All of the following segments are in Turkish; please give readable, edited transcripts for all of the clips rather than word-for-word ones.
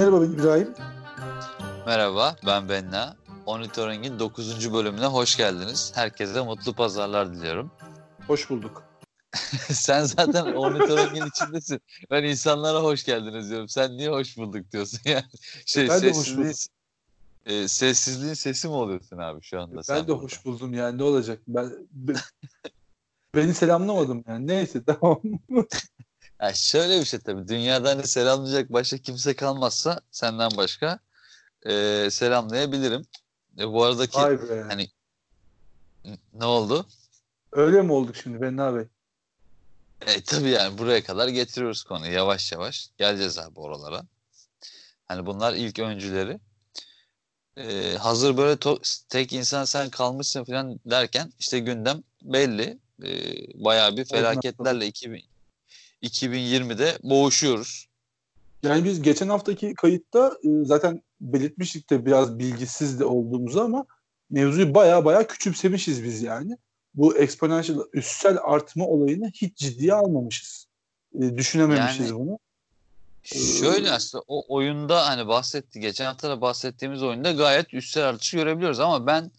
Merhaba İbrahim. Merhaba, ben Benna. Monitoring'in 9. bölümüne hoş geldiniz. Herkese mutlu pazarlar diliyorum. Hoş bulduk. Sen zaten Monitoring'in içindesin. Ben insanlara hoş geldiniz diyorum. Sen niye hoş bulduk diyorsun yani? Ben de hoş buldum. Sessizliğin sesi mi oluyorsun abi şu anda Ben sen de burada? hoş buldum yani ne olacak? Beni selamlamadım yani. Neyse tamam. Ya şöyle bir şey tabii. Dünyada hani selamlayacak başka kimse kalmazsa senden başka selamlayabilirim. Bu aradaki Vay be. hani ne oldu? Öyle mi olduk şimdi Benna Bey? Tabii yani buraya kadar getiriyoruz konuyu yavaş yavaş. Geleceğiz abi oralara. Hani bunlar ilk öncüleri. Hazır böyle tek insan sen kalmışsın falan derken işte gündem belli. Bayağı bir Olgun atladık. felaketlerle 2020'de boğuşuyoruz. Yani biz geçen haftaki kayıtta zaten belirtmiştik de biraz bilgisiz de olduğumuzu ama mevzuyu baya küçümsemişiz biz yani. Bu exponential üstsel artma olayını hiç ciddiye almamışız. Düşünememişiz Yani bunu. E, şöyle aslında o oyunda hani geçen hafta da bahsettiğimiz oyunda gayet üstel artışı görebiliyoruz ama ben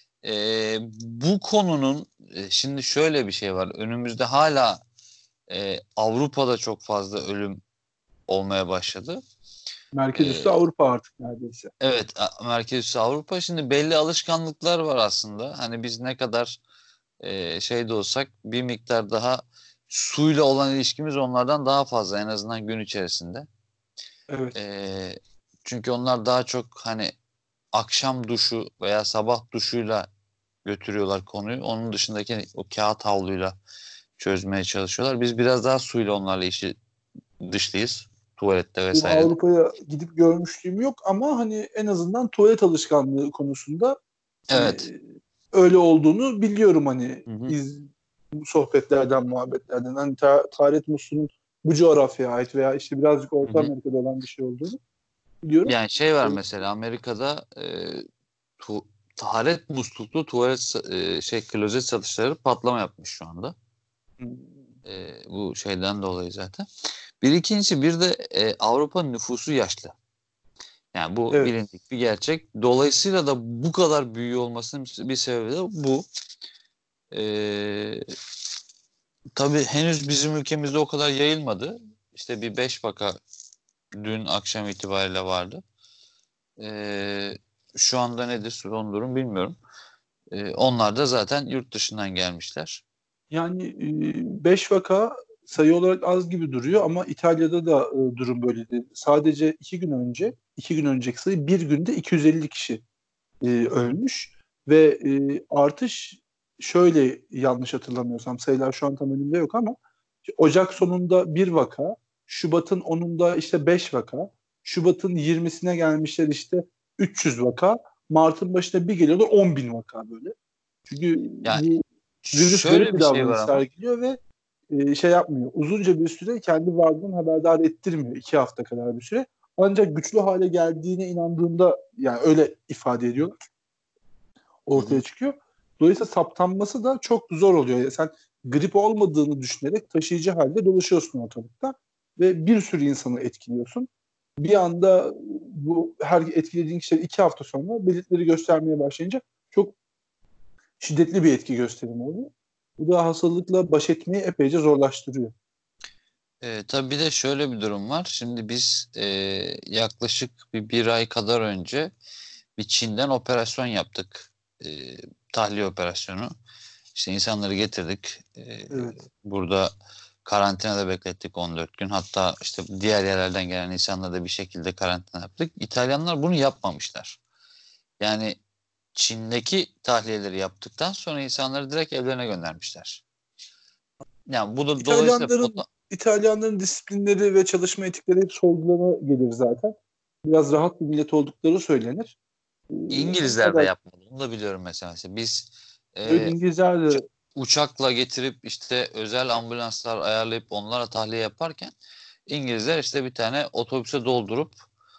bu konunun şimdi şöyle bir şey var. Önümüzde hala Avrupa'da çok fazla ölüm olmaya başladı. Merkez üssü E, Avrupa artık neredeyse. evet, Merkez Üssü Avrupa. Şimdi belli alışkanlıklar var aslında. Hani biz ne kadar şeyde olsak bir miktar daha suyla olan ilişkimiz onlardan daha fazla en azından gün içerisinde. Evet. E, çünkü onlar daha çok hani akşam duşu veya sabah duşuyla götürüyorlar konuyu. Onun dışındaki o kağıt havluyla çözmeye çalışıyorlar. Biz biraz daha suyla onlarla işi dışlıyız. Tuvalette Benim vesairede. Avrupa'ya gidip görmüşlüğüm yok ama hani en azından tuvalet alışkanlığı konusunda Evet. hani öyle olduğunu biliyorum hani Hı hı. sohbetlerden, muhabbetlerden. Hani taharet musluğunun bu coğrafyaya ait veya işte birazcık Hı Orta hı. Amerika'da olan bir şey olduğunu biliyorum. Yani şey var mesela Amerika'da taharet musluklu klozet satışları patlama yapmış şu anda. Bu şeyden dolayı zaten. İkincisi bir de Avrupa nüfusu yaşlı. Yani bu Evet. bilindik bir gerçek. Dolayısıyla da bu kadar büyüyor olmasının bir sebebi de bu. E, tabii henüz bizim ülkemizde o kadar yayılmadı. İşte bir 5 vaka dün akşam itibariyle vardı. E, şu anda nedir son durum bilmiyorum. Onlar da zaten yurt dışından gelmişler. Yani 5 vaka sayı olarak az gibi duruyor ama İtalya'da da durum böyleydi. Sadece 2 gün önceki sayı bir günde 250 kişi ölmüş ve artış şöyle yanlış hatırlamıyorsam sayılar şu an tam önümde yok ama Ocak sonunda bir vaka, Şubat'ın 10'unda işte 5 vaka, Şubat'ın 20'sine gelmişler işte 300 vaka, Mart'ın başına bir geliyorlar 10 bin vaka böyle. Çünkü Yani bu virüs garip şöyle bir bir şey davranış var ama. sergiliyor ve şey yapmıyor. Uzunca bir süre kendi varlığından haberdar ettirmiyor. 2 hafta kadar bir süre. Ancak güçlü hale geldiğine inandığında yani öyle ifade ediyorlar Hı ortaya hı. çıkıyor. Dolayısıyla saptanması da çok zor oluyor. Yani sen grip olmadığını düşünerek taşıyıcı halde dolaşıyorsun ortalıkta ve bir sürü insanı etkiliyorsun. Bir anda bu her etkilediğin kişiler 2 hafta sonra belirtileri göstermeye başlayınca çok şiddetli bir etki gösterimi oluyor. Bu da hastalıkla baş etmeyi epeyce zorlaştırıyor. Tabii bir de şöyle bir durum var. Şimdi biz yaklaşık bir ay kadar önce bir Çin'den operasyon yaptık. E, tahliye operasyonu. İşte insanları getirdik. Evet. Burada karantinada beklettik 14 gün. Hatta işte diğer yerlerden gelen insanları da bir şekilde karantina yaptık. İtalyanlar bunu yapmamışlar. Yani Çin'deki tahliyeleri yaptıktan sonra insanları direkt evlerine göndermişler. Yani bu da dolayısıyla İtalyanların disiplinleri ve çalışma etikleri hep sorgulama gelir zaten. Biraz rahat bir millet oldukları söylenir. İngilizler de Fakat yapmadı. Bunu da biliyorum mesela. Biz evet, e, İngilizler uça- de uçakla getirip işte özel ambulanslar ayarlayıp onlara tahliye yaparken İngilizler işte bir tane otobüse doldurup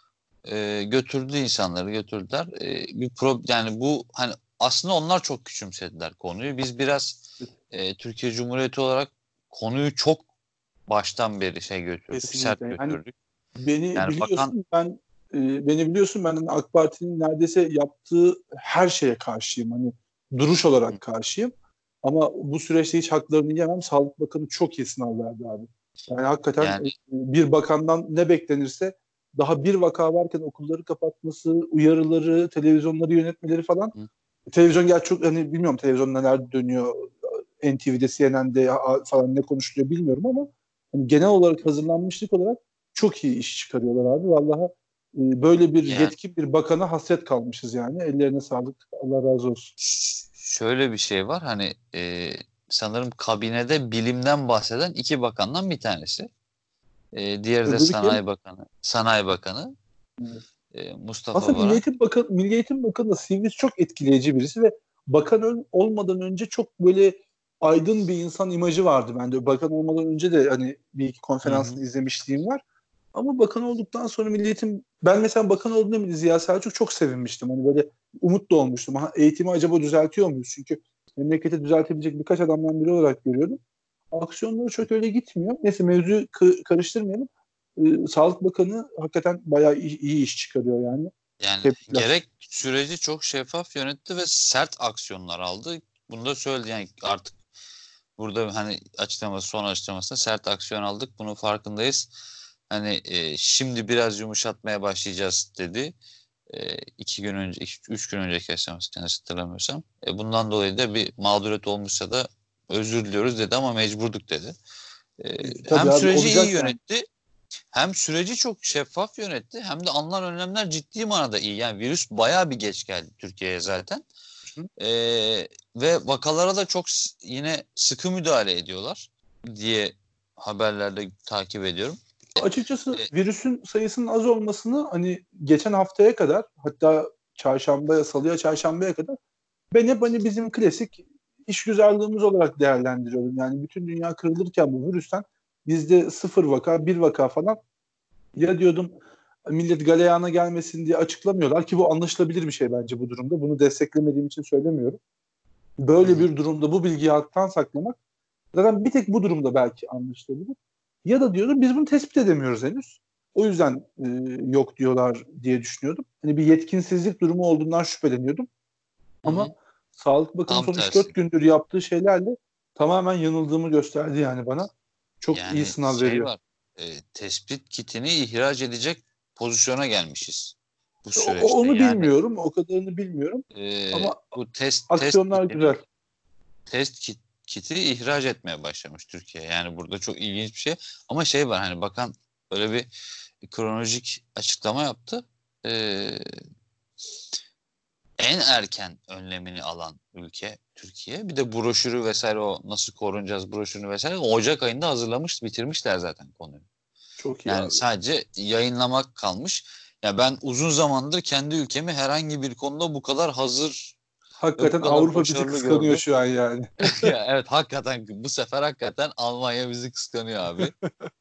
götürdü insanları götürdüler. Yani bu hani aslında onlar çok küçümsediler konuyu. Biz biraz Türkiye Cumhuriyeti olarak konuyu çok baştan beri götürdük, sert kesinlikle. Yani götürdük. beni Yani bakan biliyorsun ben beni biliyorsun, ben hani AK Parti'nin neredeyse yaptığı her şeye karşıyım. Hani duruş olarak karşıyım. Ama bu süreçte hiç haklarını yemem. Sağlık Bakanı çok iyi sınav verdi abi. Yani hakikaten Yani bir bakandan ne beklenirse, daha bir vaka varken okulları kapatması, uyarıları, televizyonları yönetmeleri falan. hı. Televizyon gerçi çok, hani bilmiyorum televizyon neler dönüyor, NTV'de, CNN'de falan ne konuşuluyor bilmiyorum ama hani genel olarak hazırlanmışlık olarak çok iyi iş çıkarıyorlar abi. Vallahi böyle bir yani yetkin bir bakana hasret kalmışız yani. Ellerine sağlık. Allah razı olsun. şöyle bir şey var hani sanırım kabinede bilimden bahseden iki bakandan bir tanesi. Diğeri de Öbürü kim? Sanayi Bakanı. Sanayi Bakanı Evet. Mustafa Aslında Varank. Milli Eğitim Bakanı da Sivris çok etkileyici birisi ve olmadan önce çok böyle aydın bir insan imajı vardı bende. Bakan olmadan önce de hani bir iki Hı hı. konferansını izlemişliğim var. Ama bakan olduktan sonra Milli Eğitim, ben mesela bakan olduğunda bile Ziya Selçuk çok sevinmiştim. Hani böyle umut da olmuştum. Eğitimi acaba düzeltiyor muyuz? Çünkü memleketi düzeltebilecek birkaç adamdan biri olarak görüyordum. Aksiyonları çok öyle gitmiyor. Neyse, mevzuyu karıştırmayalım. Sağlık Bakanı hakikaten bayağı iyi iş çıkarıyor yani. Yani Tebrikler. gerek süreci çok şeffaf yönetti ve sert aksiyonlar aldı. Bunu da söyledi yani artık burada hani son açıklamasında sert aksiyon aldık. Bunun farkındayız. Hani şimdi biraz yumuşatmaya başlayacağız dedi. 2 gün önce, 3 gün önceki aşaması yanlış hatırlamıyorsam. Bundan dolayı da bir mağduriyet olmuşsa da özür diliyoruz dedi ama mecburduk dedi. Tabii Hem abi, süreci iyi olacak yani. yönetti, hem süreci çok şeffaf yönetti, hem de alınan önlemler ciddi manada iyi. Yani virüs bayağı bir geç geldi Türkiye'ye zaten. Hı. Ve vakalara da çok yine sıkı müdahale ediyorlar diye haberlerde takip ediyorum. Açıkçası E, virüsün sayısının az olmasını hani geçen haftaya kadar, hatta çarşambaya kadar ben hep hani bizim klasik işgüzarlığımız olarak değerlendiriyordum. Yani bütün dünya kırılırken bu virüsten bizde sıfır vaka, bir vaka falan, ya diyordum millet galeyana gelmesin diye açıklamıyorlar ki bu anlaşılabilir bir şey bence bu durumda. Bunu desteklemediğim için söylemiyorum. hı Böyle hı, bir durumda bu bilgiyi halktan saklamak zaten bir tek bu durumda belki anlaşılabilir. Ya da diyordum biz bunu tespit edemiyoruz henüz. O yüzden yok diyorlar diye düşünüyordum. Hani bir yetkinsizlik durumu olduğundan şüpheleniyordum. hı Ama hı. Sağlık Bakanı Tam son 3-4 tersi. gündür yaptığı şeylerle tamamen yanıldığımı gösterdi yani bana. Çok iyi Yani sınav şey veriyor. var, tespit kitini ihraç edecek pozisyona gelmişiz bu O- süreçte. onu Yani bilmiyorum. O kadarını bilmiyorum. Ama bu test aksiyonlar kitini güzel. kiti ihraç etmeye başlamış Türkiye. Yani burada çok ilginç bir şey. Ama şey var hani bakan böyle bir kronolojik açıklama yaptı. Ee, En erken önlemini alan ülke Türkiye. Bir de broşürü vesaire, o nasıl korunacağız broşürünü vesaire Ocak ayında hazırlamış, bitirmişler zaten konuyu. Çok iyi Yani abi. sadece yayınlamak kalmış. Ya ben uzun zamandır kendi ülkemi herhangi bir konuda bu kadar hazır ve bu Hakikaten kadar Avrupa bizi başarılı kıskanıyor gördüm. şu an yani. Ya evet, hakikaten bu sefer hakikaten Almanya bizi kıskanıyor abi.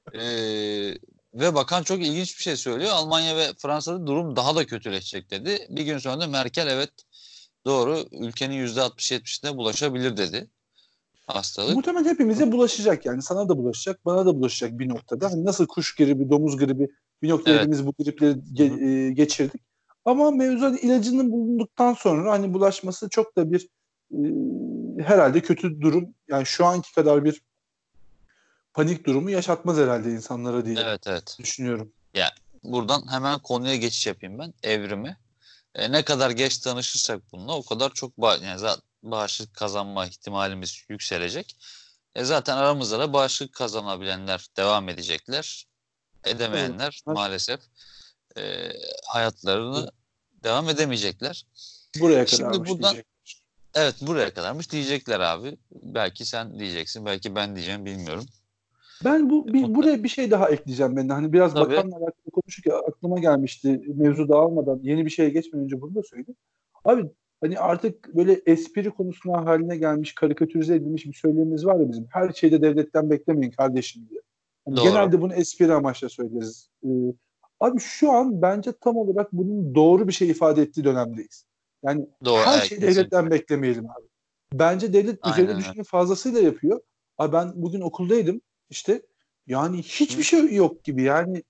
Ve bakan çok ilginç bir şey söylüyor. Almanya ve Fransa'da durum daha da kötüleşecek dedi. Bir gün sonra da Merkel evet doğru, ülkenin %60-70'ine bulaşabilir dedi hastalık. Muhtemelen hepimize bulaşacak yani. Sana da bulaşacak, bana da bulaşacak bir noktada. Hani nasıl kuş gribi, domuz gribi, bir noktada Evet. hepimiz bu gripleri Hı hı. geçirdik. Ama mevzu hani ilacının bulunduktan sonra hani bulaşması çok da bir herhalde kötü durum. Yani şu anki kadar bir panik durumu yaşatmaz herhalde insanlara diye Evet, evet. düşünüyorum. Ya buradan hemen konuya geçiş yapayım ben. Evrimi. Ne kadar geç tanışırsak bununla o kadar çok yani zaten bağışıklık kazanma ihtimalimiz yükselecek. Zaten aramızda da bağışıklık kazanabilenler devam edecekler. Doğru. Edemeyenler maalesef e, hayatlarını devam edemeyecekler. Buraya Şimdi kadarmış buradan diyecek. evet buraya kadarmış diyecekler abi. Belki sen diyeceksin, belki ben diyeceğim, bilmiyorum. Ben Mutlaka. buraya bir şey daha ekleyeceğim ben de. Hani biraz Tabii. bakanla alakalı konuşurken aklıma gelmişti. Mevzu dağılmadan yeni bir şeye geçmeden önce bunu da söyleyeyim. Abi hani artık böyle espri konusuna haline gelmiş, karikatürize edilmiş bir söylemimiz var ya bizim. Her şeyde devletten beklemeyin kardeşim diye. Hani Doğru. genelde bunu espri amaçla söyleriz. Abi şu an bence tam olarak bunun doğru bir şey ifade ettiği dönemdeyiz. Yani Doğru. her Evet, şeyi devletten kesinlikle. beklemeyelim abi. Bence devlet üzerine Aynen öyle. düşeni fazlasıyla yapıyor. Abi ben bugün okuldaydım işte, yani hiçbir Hı? şey yok gibi yani.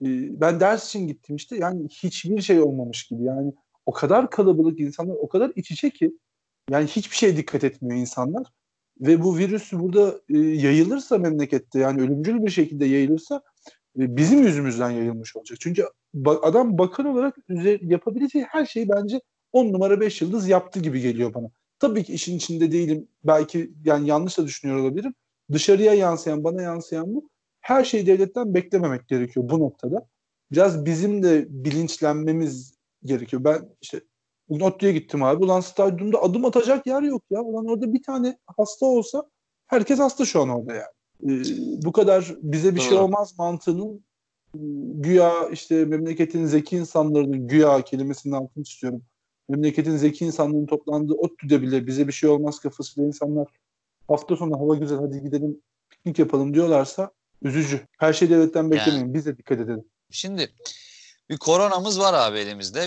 Ben ders için gittim işte. Yani hiçbir şey olmamış gibi. Yani o kadar kalabalık insanlar, o kadar iç içe ki yani hiçbir şeye dikkat etmiyor insanlar. Ve bu virüs burada yayılırsa memlekette, yani ölümcül bir şekilde yayılırsa bizim yüzümüzden yayılmış olacak. Çünkü adam bakan olarak yapabileceği her şeyi bence 10 numara 5 yıldız yaptı gibi geliyor bana. Tabii ki işin içinde değilim. Belki yani yanlış da düşünüyor olabilirim. Dışarıya yansıyan, bana yansıyan bu. Her şeyi devletten beklememek gerekiyor bu noktada. Biraz bizim de bilinçlenmemiz gerekiyor. Ben işte bugün ODTÜ'ye gittim abi. Ulan stadyumda adım atacak yer yok ya. Ulan orada bir tane hasta olsa herkes hasta şu an orada yani. Bu kadar bize bir şey Doğru. olmaz mantığının güya işte memleketin zeki insanlarının, güya kelimesinin altını istiyorum. Memleketin zeki insanların toplandığı ODTÜ'de bile bize bir şey olmaz kafasıyla insanlar hafta sonu hava güzel hadi gidelim piknik yapalım diyorlarsa üzücü. Her şeyi devletten Yani beklemeyin. Biz de dikkat edelim. şimdi bir koronamız var abi elimizde.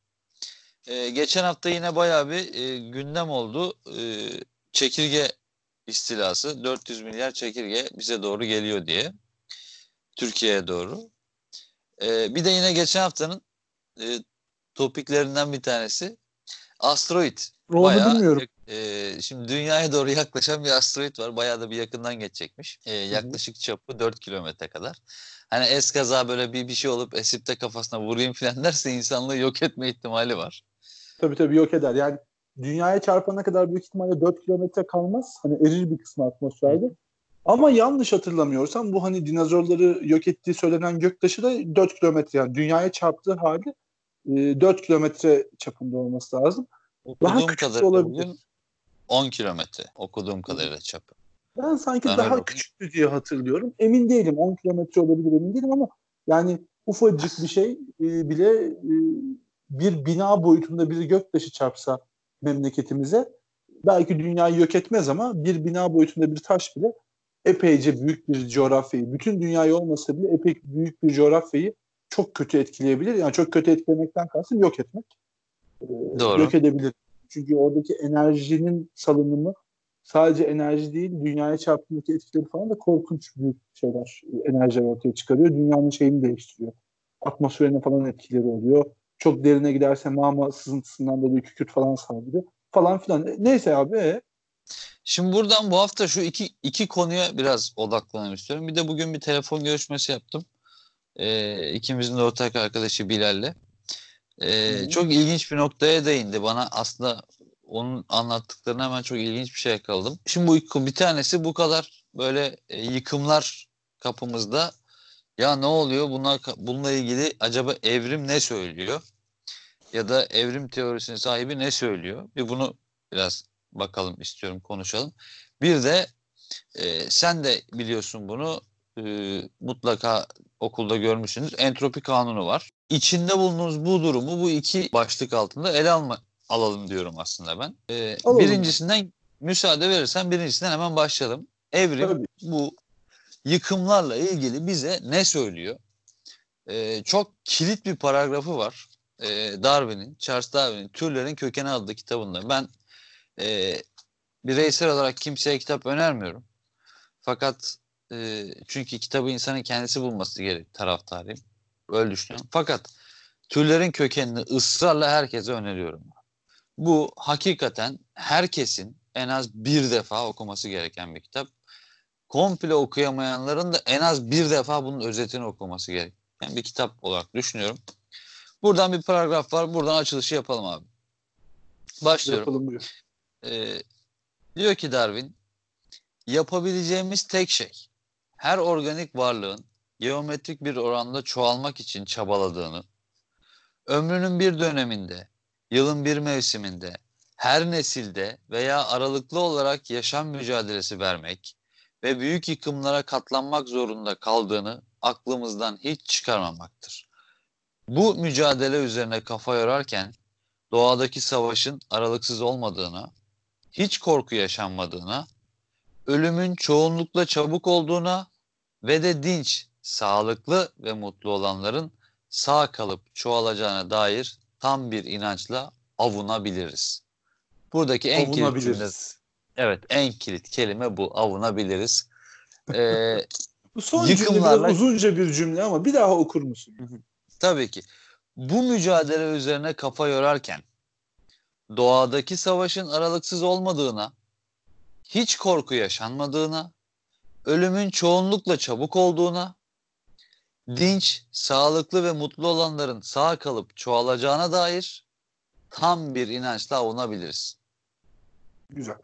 Geçen hafta yine bayağı bir gündem oldu. Çekirge istilası. 400 milyar çekirge bize doğru geliyor diye. Türkiye'ye doğru. Bir de yine geçen haftanın e, topiklerinden bir tanesi asteroid. Onu Bayağı bilmiyorum. şimdi dünyaya doğru yaklaşan bir asteroid var. Bayağı da bir yakından geçecekmiş. Hı hı. Yaklaşık çapı 4 kilometre kadar. Hani eskaza böyle bir şey olup esip de kafasına vurayım falan derse insanlığı yok etme ihtimali var. Tabii yok eder. Yani dünyaya çarpana kadar büyük ihtimalle 4 kilometre kalmaz. Hani erir bir kısmı Hı. atmosferde. Ama yanlış hatırlamıyorsam bu hani dinozorları yok ettiği söylenen göktaşı da 4 kilometre, yani dünyaya çarptığı halde 4 kilometre çapında olması lazım. Daha Okuduğum küçük de kadarıyla olabilir. bugün 10 kilometre. Okuduğum kadarıyla çapı. Ben sanki Ben öyle daha okudum. küçüktü diye hatırlıyorum. Emin değilim. 10 kilometre olabilir, emin değilim ama yani ufacık bir şey bile bir bina boyutunda bir göktaşı çarpsa memleketimize belki dünyayı yok etmez ama bir bina boyutunda bir taş bile epeyce büyük bir coğrafyayı, bütün dünyayı olmasa bile epey büyük bir coğrafyayı çok kötü etkileyebilir. Yani çok kötü etkilemekten kastım yok etmek. E, Doğru. Yok edebilir. Çünkü oradaki enerjinin salınımı sadece enerji değil, dünyaya çarptığındaki etkileri falan da korkunç büyük şeyler, enerjiler ortaya çıkarıyor. Dünyanın şeyini değiştiriyor. Atmosferine falan etkileri oluyor. Çok derine giderse mağma sızıntısından dolayı kükürt falan saldırıyor. Falan filan. Neyse abi. Şimdi buradan bu hafta şu iki konuya biraz odaklanmak istiyorum. Bir de bugün bir telefon görüşmesi yaptım. İkimizin de ortak arkadaşı Bilal'le. Hı. Çok ilginç bir noktaya değindi. Bana aslında onun anlattıklarına hemen çok ilginç bir şey yakaladım. Şimdi bir tanesi bu kadar böyle yıkımlar kapımızda. Ya ne oluyor? Bununla ilgili acaba evrim ne söylüyor? Ya da evrim teorisinin sahibi ne söylüyor? Bir bunu biraz bakalım istiyorum, konuşalım. Bir de sen de biliyorsun bunu, mutlaka okulda görmüşsünüz. Entropi kanunu var. İçinde bulunduğumuz bu durumu bu iki başlık altında alalım diyorum aslında ben. Alalım abi. Birincisinden müsaade verirsen birincisinden hemen başlayalım. Evrim Tabii. bu yıkımlarla ilgili bize ne söylüyor? Çok kilit bir paragrafı var. Charles Darwin'in Türlerin Kökeni adlı kitabında. Ben e, bireysel olarak kimseye kitap önermiyorum. Fakat çünkü kitabı insanın kendisi bulması gerek taraftarıyım. Öyle düşünüyorum. Fakat Türlerin Kökenini ısrarla herkese öneriyorum. Bu hakikaten herkesin en az bir defa okuması gereken bir kitap. Komple okuyamayanların da en az bir defa bunun özetini okuması gereken bir kitap olarak düşünüyorum. Buradan bir paragraf var. Buradan açılışı yapalım abi. Başlıyorum. Yapalım buyur. Ee, Diyor ki Darwin, yapabileceğimiz tek şey her organik varlığın geometrik bir oranda çoğalmak için çabaladığını, ömrünün bir döneminde, yılın bir mevsiminde, her nesilde veya aralıklı olarak yaşam mücadelesi vermek ve büyük yıkımlara katlanmak zorunda kaldığını aklımızdan hiç çıkarmamaktır. Bu mücadele üzerine kafa yorarken doğadaki savaşın aralıksız olmadığına, hiç korku yaşanmadığına, ölümün çoğunlukla çabuk olduğuna ve de dinç, sağlıklı ve mutlu olanların sağ kalıp çoğalacağına dair tam bir inançla avunabiliriz. Buradaki en kilit cümle, Avunabiliriz. evet, en kilit kelime bu, avunabiliriz. Ee, Bu son cümle biraz yıkımlarla uzunca bir cümle ama bir daha okur musun? tabii ki bu mücadele üzerine kafa yorarken doğadaki savaşın aralıksız olmadığına, hiç korku yaşanmadığına, ölümün çoğunlukla çabuk olduğuna, dinç, sağlıklı ve mutlu olanların sağ kalıp çoğalacağına dair tam bir inançla avunabiliriz. Güzel.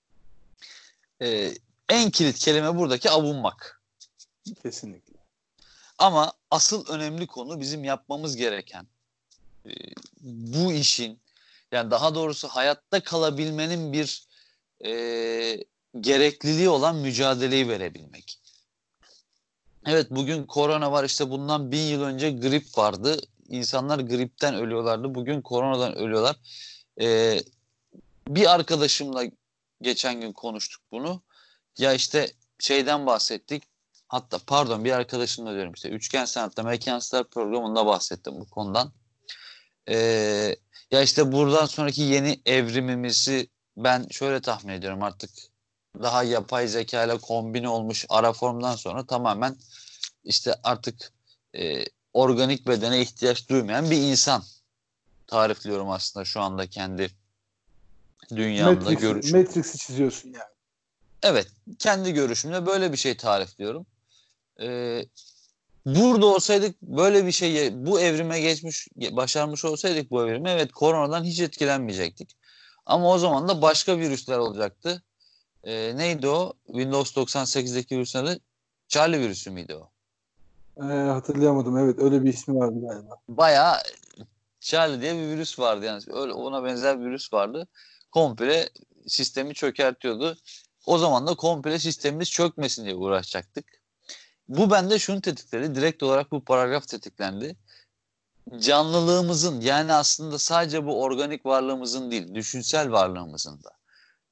En kilit kelime buradaki avunmak. Kesinlikle. Ama asıl önemli konu bizim yapmamız gereken bu işin, yani daha doğrusu hayatta kalabilmenin bir gerekliliği olan mücadeleyi verebilmek. Evet, bugün korona var, işte bundan 1000 yıl önce grip vardı. İnsanlar gripten ölüyorlardı. Bugün koronadan ölüyorlar. Ee, Bir arkadaşımla geçen gün konuştuk bunu. Ya işte şeyden bahsettik. Hatta pardon, bir arkadaşımla diyorum, işte Üçgen Sanat'ta Mekanslar programında bahsettim bu konudan. Ee, Ya işte buradan sonraki yeni evrimimizi ben şöyle tahmin ediyorum artık. Daha yapay zeka ile kombine olmuş Araform'dan sonra tamamen işte artık organik bedene ihtiyaç duymayan bir insan tarifliyorum aslında şu anda kendi dünyamda, görüşüm. Matrix'i çiziyorsun yani. Evet, kendi görüşümle böyle bir şey tarifliyorum. Ee, Burada olsaydık, böyle bir şey, bu evrime başarmış olsaydık bu evrimi, evet, koronadan hiç etkilenmeyecektik. Ama o zaman da başka virüsler olacaktı. Neydi o? Windows 98'deki virüsün adı Charlie virüsü müydü o? Hatırlayamadım. Evet, öyle bir ismi vardı galiba. Bayağı Charlie diye bir virüs vardı, yani öyle ona benzer bir virüs vardı. Komple sistemi çökertiyordu. O zaman da komple sistemimiz çökmesin diye uğraşacaktık. Bu bende şunu tetikledi. Direkt olarak bu paragraf tetiklendi. Canlılığımızın, yani aslında sadece bu organik varlığımızın değil, düşünsel varlığımızın da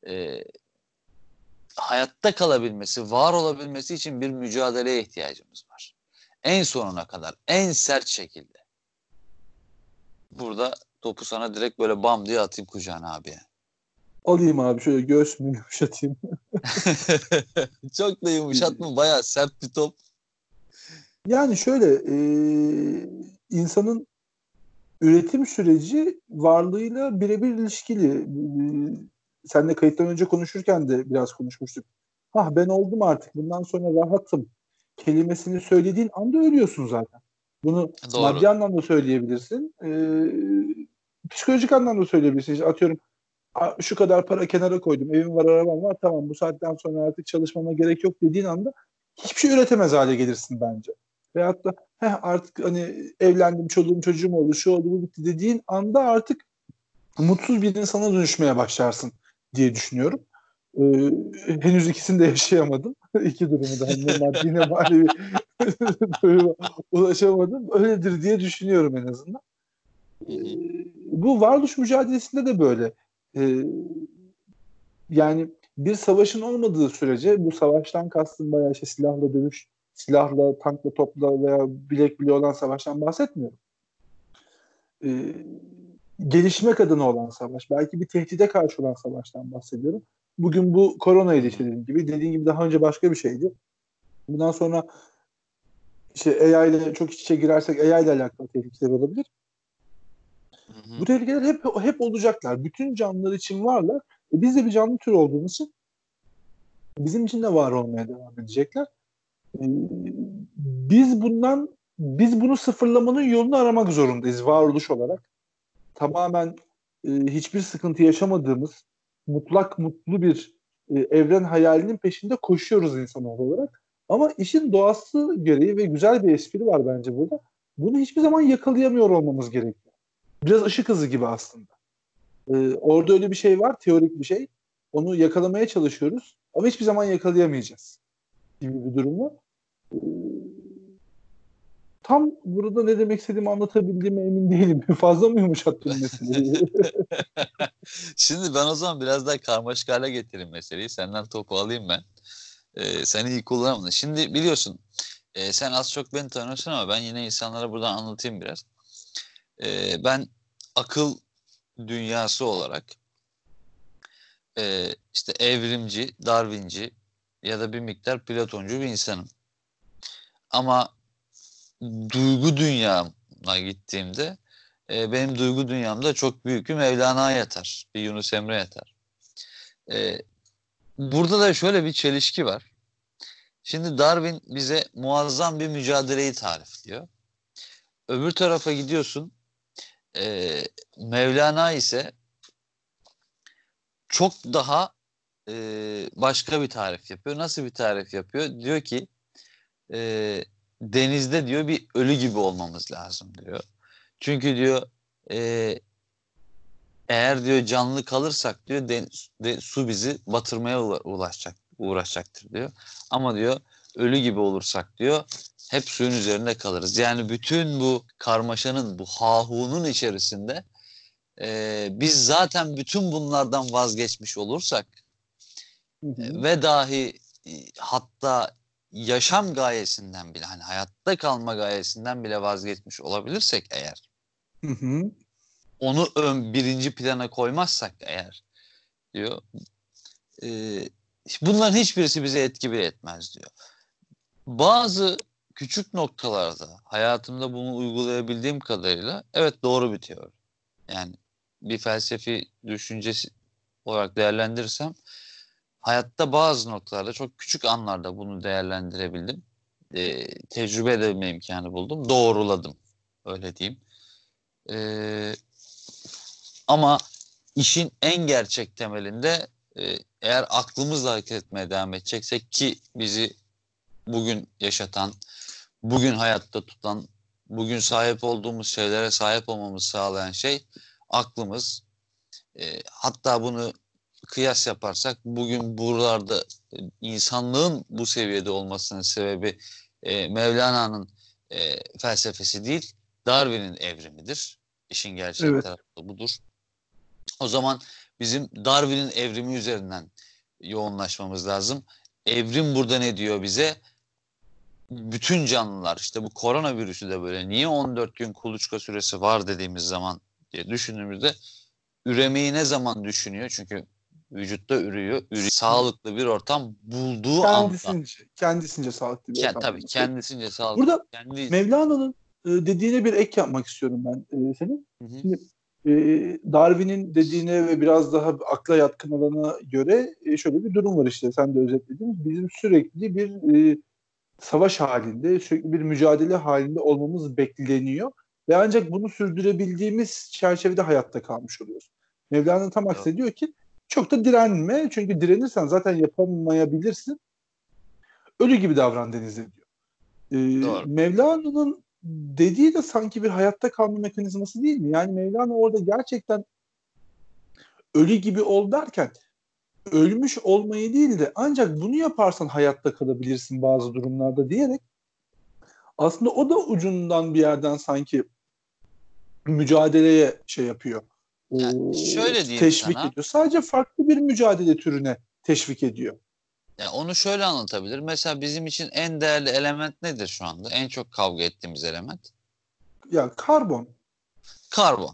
hayatta kalabilmesi, var olabilmesi için bir mücadeleye ihtiyacımız var. En sonuna kadar, en sert şekilde. Burada topu sana direkt böyle bam diye atayım kucağına abi. Alayım abi, şöyle göğsümü yumuşatayım. Çok da yumuşatma, bayağı sert bir top. Yani şöyle insanın üretim süreci varlığıyla birebir ilişkili. Seninle kayıttan önce konuşurken de biraz konuşmuştuk. Ben oldum artık, bundan sonra rahatım kelimesini söylediğin anda ölüyorsun zaten. Bunu Doğru. maddi anlamda söyleyebilirsin. Psikolojik anlamda söyleyebilirsin. İşte atıyorum, şu kadar para kenara koydum, evim var, arabam var, tamam, bu saatten sonra artık çalışmama gerek yok dediğin anda hiçbir şey üretemez hale gelirsin bence. Veyahut da artık hani evlendim, çoluğum çocuğum oldu, şu oldu, bu bitti dediğin anda artık mutsuz bir insana dönüşmeye başlarsın diye düşünüyorum. Henüz ikisini de yaşayamadım. İki durumu da ne maddi ne manevi ulaşamadım. Öyledir diye düşünüyorum en azından. Bu varoluş mücadelesinde de böyle. Yani bir savaşın olmadığı sürece, bu savaştan kastım bayağı işte silahla dövüş, silahla, tankla, topla veya bilek bile olan savaştan bahsetmiyorum. Gelişmek adına olan savaş, belki bir tehdide karşı olan savaştan bahsediyorum. Bugün bu koronaydı işte, dediğin gibi daha önce başka bir şeydi. Bundan sonra işte AI ile çok iç içe girersek AI ile alakalı tehlikeler olabilir. Bu tehlikeler hep olacaklar. Bütün canlılar için varlar. Biz de bir canlı tür olduğumuz için bizim için de var olmaya devam edecekler. Biz bunu sıfırlamanın yolunu aramak zorundayız varoluş olarak. Tamamen hiçbir sıkıntı yaşamadığımız mutlak mutlu bir evren hayalinin peşinde koşuyoruz insanoğlu olarak. Ama işin doğası gereği ve güzel bir espri var bence burada. Bunu hiçbir zaman yakalayamıyor olmamız gerekiyor. Biraz ışık hızı gibi aslında. Orada öyle bir şey var, teorik bir şey. Onu yakalamaya çalışıyoruz ama hiçbir zaman yakalayamayacağız gibi bir durum var. Tam burada ne demek istediğimi anlatabildiğime emin değilim. Fazla mı yumuşattım meseleyi? Şimdi ben o zaman biraz daha karmaşık hale getireyim meseleyi. Senden topu alayım ben. Sen iyi kullanamadın. Şimdi biliyorsun, sen az çok beni tanıyorsun ama ben yine insanlara buradan anlatayım biraz. Ben akıl dünyası olarak işte evrimci, Darwinci ya da bir miktar Platoncu bir insanım. Ama duygu dünyama gittiğimde benim duygu dünyamda çok büyük bir Mevlana yatar. Bir Yunus Emre yatar. E, Burada da şöyle bir çelişki var. Şimdi Darwin bize muazzam bir mücadeleyi tarifliyor. Öbür tarafa gidiyorsun. Mevlana ise çok daha başka bir tarif yapıyor. Nasıl bir tarif yapıyor? Diyor ki denizde diyor bir ölü gibi olmamız lazım diyor. Çünkü diyor eğer diyor canlı kalırsak diyor su bizi batırmaya uğraşacaktır diyor. Ama diyor ölü gibi olursak diyor hep suyun üzerinde kalırız. Yani bütün bu karmaşanın, bu hahunun içerisinde biz zaten bütün bunlardan vazgeçmiş olursak ve dahi hatta yaşam gayesinden bile, hani hayatta kalma gayesinden bile vazgeçmiş olabilirsek eğer, onu birinci plana koymazsak eğer diyor, bunların hiçbirisi bize etki bile etmez diyor. Bazı küçük noktalarda hayatımda bunu uygulayabildiğim kadarıyla evet, doğru bir teori. Yani bir felsefi düşüncesi olarak değerlendirirsem hayatta bazı noktalarda, çok küçük anlarda bunu değerlendirebildim. Tecrübe edebilme imkanı buldum. Doğruladım. Öyle diyeyim. Ama işin en gerçek temelinde eğer aklımızla hareket etmeye devam edeceksek, ki bizi bugün yaşatan, bugün hayatta tutan, bugün sahip olduğumuz şeylere sahip olmamızı sağlayan şey aklımız. Hatta bunu kıyas yaparsak bugün buralarda insanlığın bu seviyede olmasının sebebi Mevlana'nın felsefesi değil, Darwin'in evrimidir. İşin gerçek tarafı budur. O zaman bizim Darwin'in evrimi üzerinden yoğunlaşmamız lazım. Evrim burada ne diyor bize? Bütün canlılar, işte bu koronavirüsü de böyle, niye 14 gün kuluçka süresi var dediğimiz zaman diye düşündüğümüzde, üremeyi ne zaman düşünüyor? Çünkü vücutta ürüyor. Sağlıklı bir ortam bulduğu anda. Kendince sağlıklı bir ortam. Tabii kendisince sağlıklı. Burada Mevlana'nın dediğine bir ek yapmak istiyorum ben senin. Şimdi Darwin'in dediğine ve biraz daha akla yatkın olana göre şöyle bir durum var, işte sen de özetledin. Bizim sürekli bir savaş halinde, sürekli bir mücadele halinde olmamız bekleniyor. Ve ancak bunu sürdürebildiğimiz çerçevede hayatta kalmış oluyoruz. Mevlana tam aksine diyor ki çok da direnme. Çünkü direnirsen zaten yapamayabilirsin. Ölü gibi davran denizde diyor. Mevlana'nın dediği de sanki bir hayatta kalma mekanizması değil mi? Yani Mevlana orada gerçekten ölü gibi ol derken ölmüş olmayı değil de ancak bunu yaparsan hayatta kalabilirsin bazı durumlarda diyerek aslında o da ucundan bir yerden sanki mücadeleye şey yapıyor. Yani şöyle diyeyim teşvik sana, ediyor. Sadece farklı bir mücadele türüne teşvik ediyor. Yani onu şöyle anlatabilir. Mesela bizim için en değerli element nedir şu anda? En çok kavga ettiğimiz element? Ya karbon. Karbon.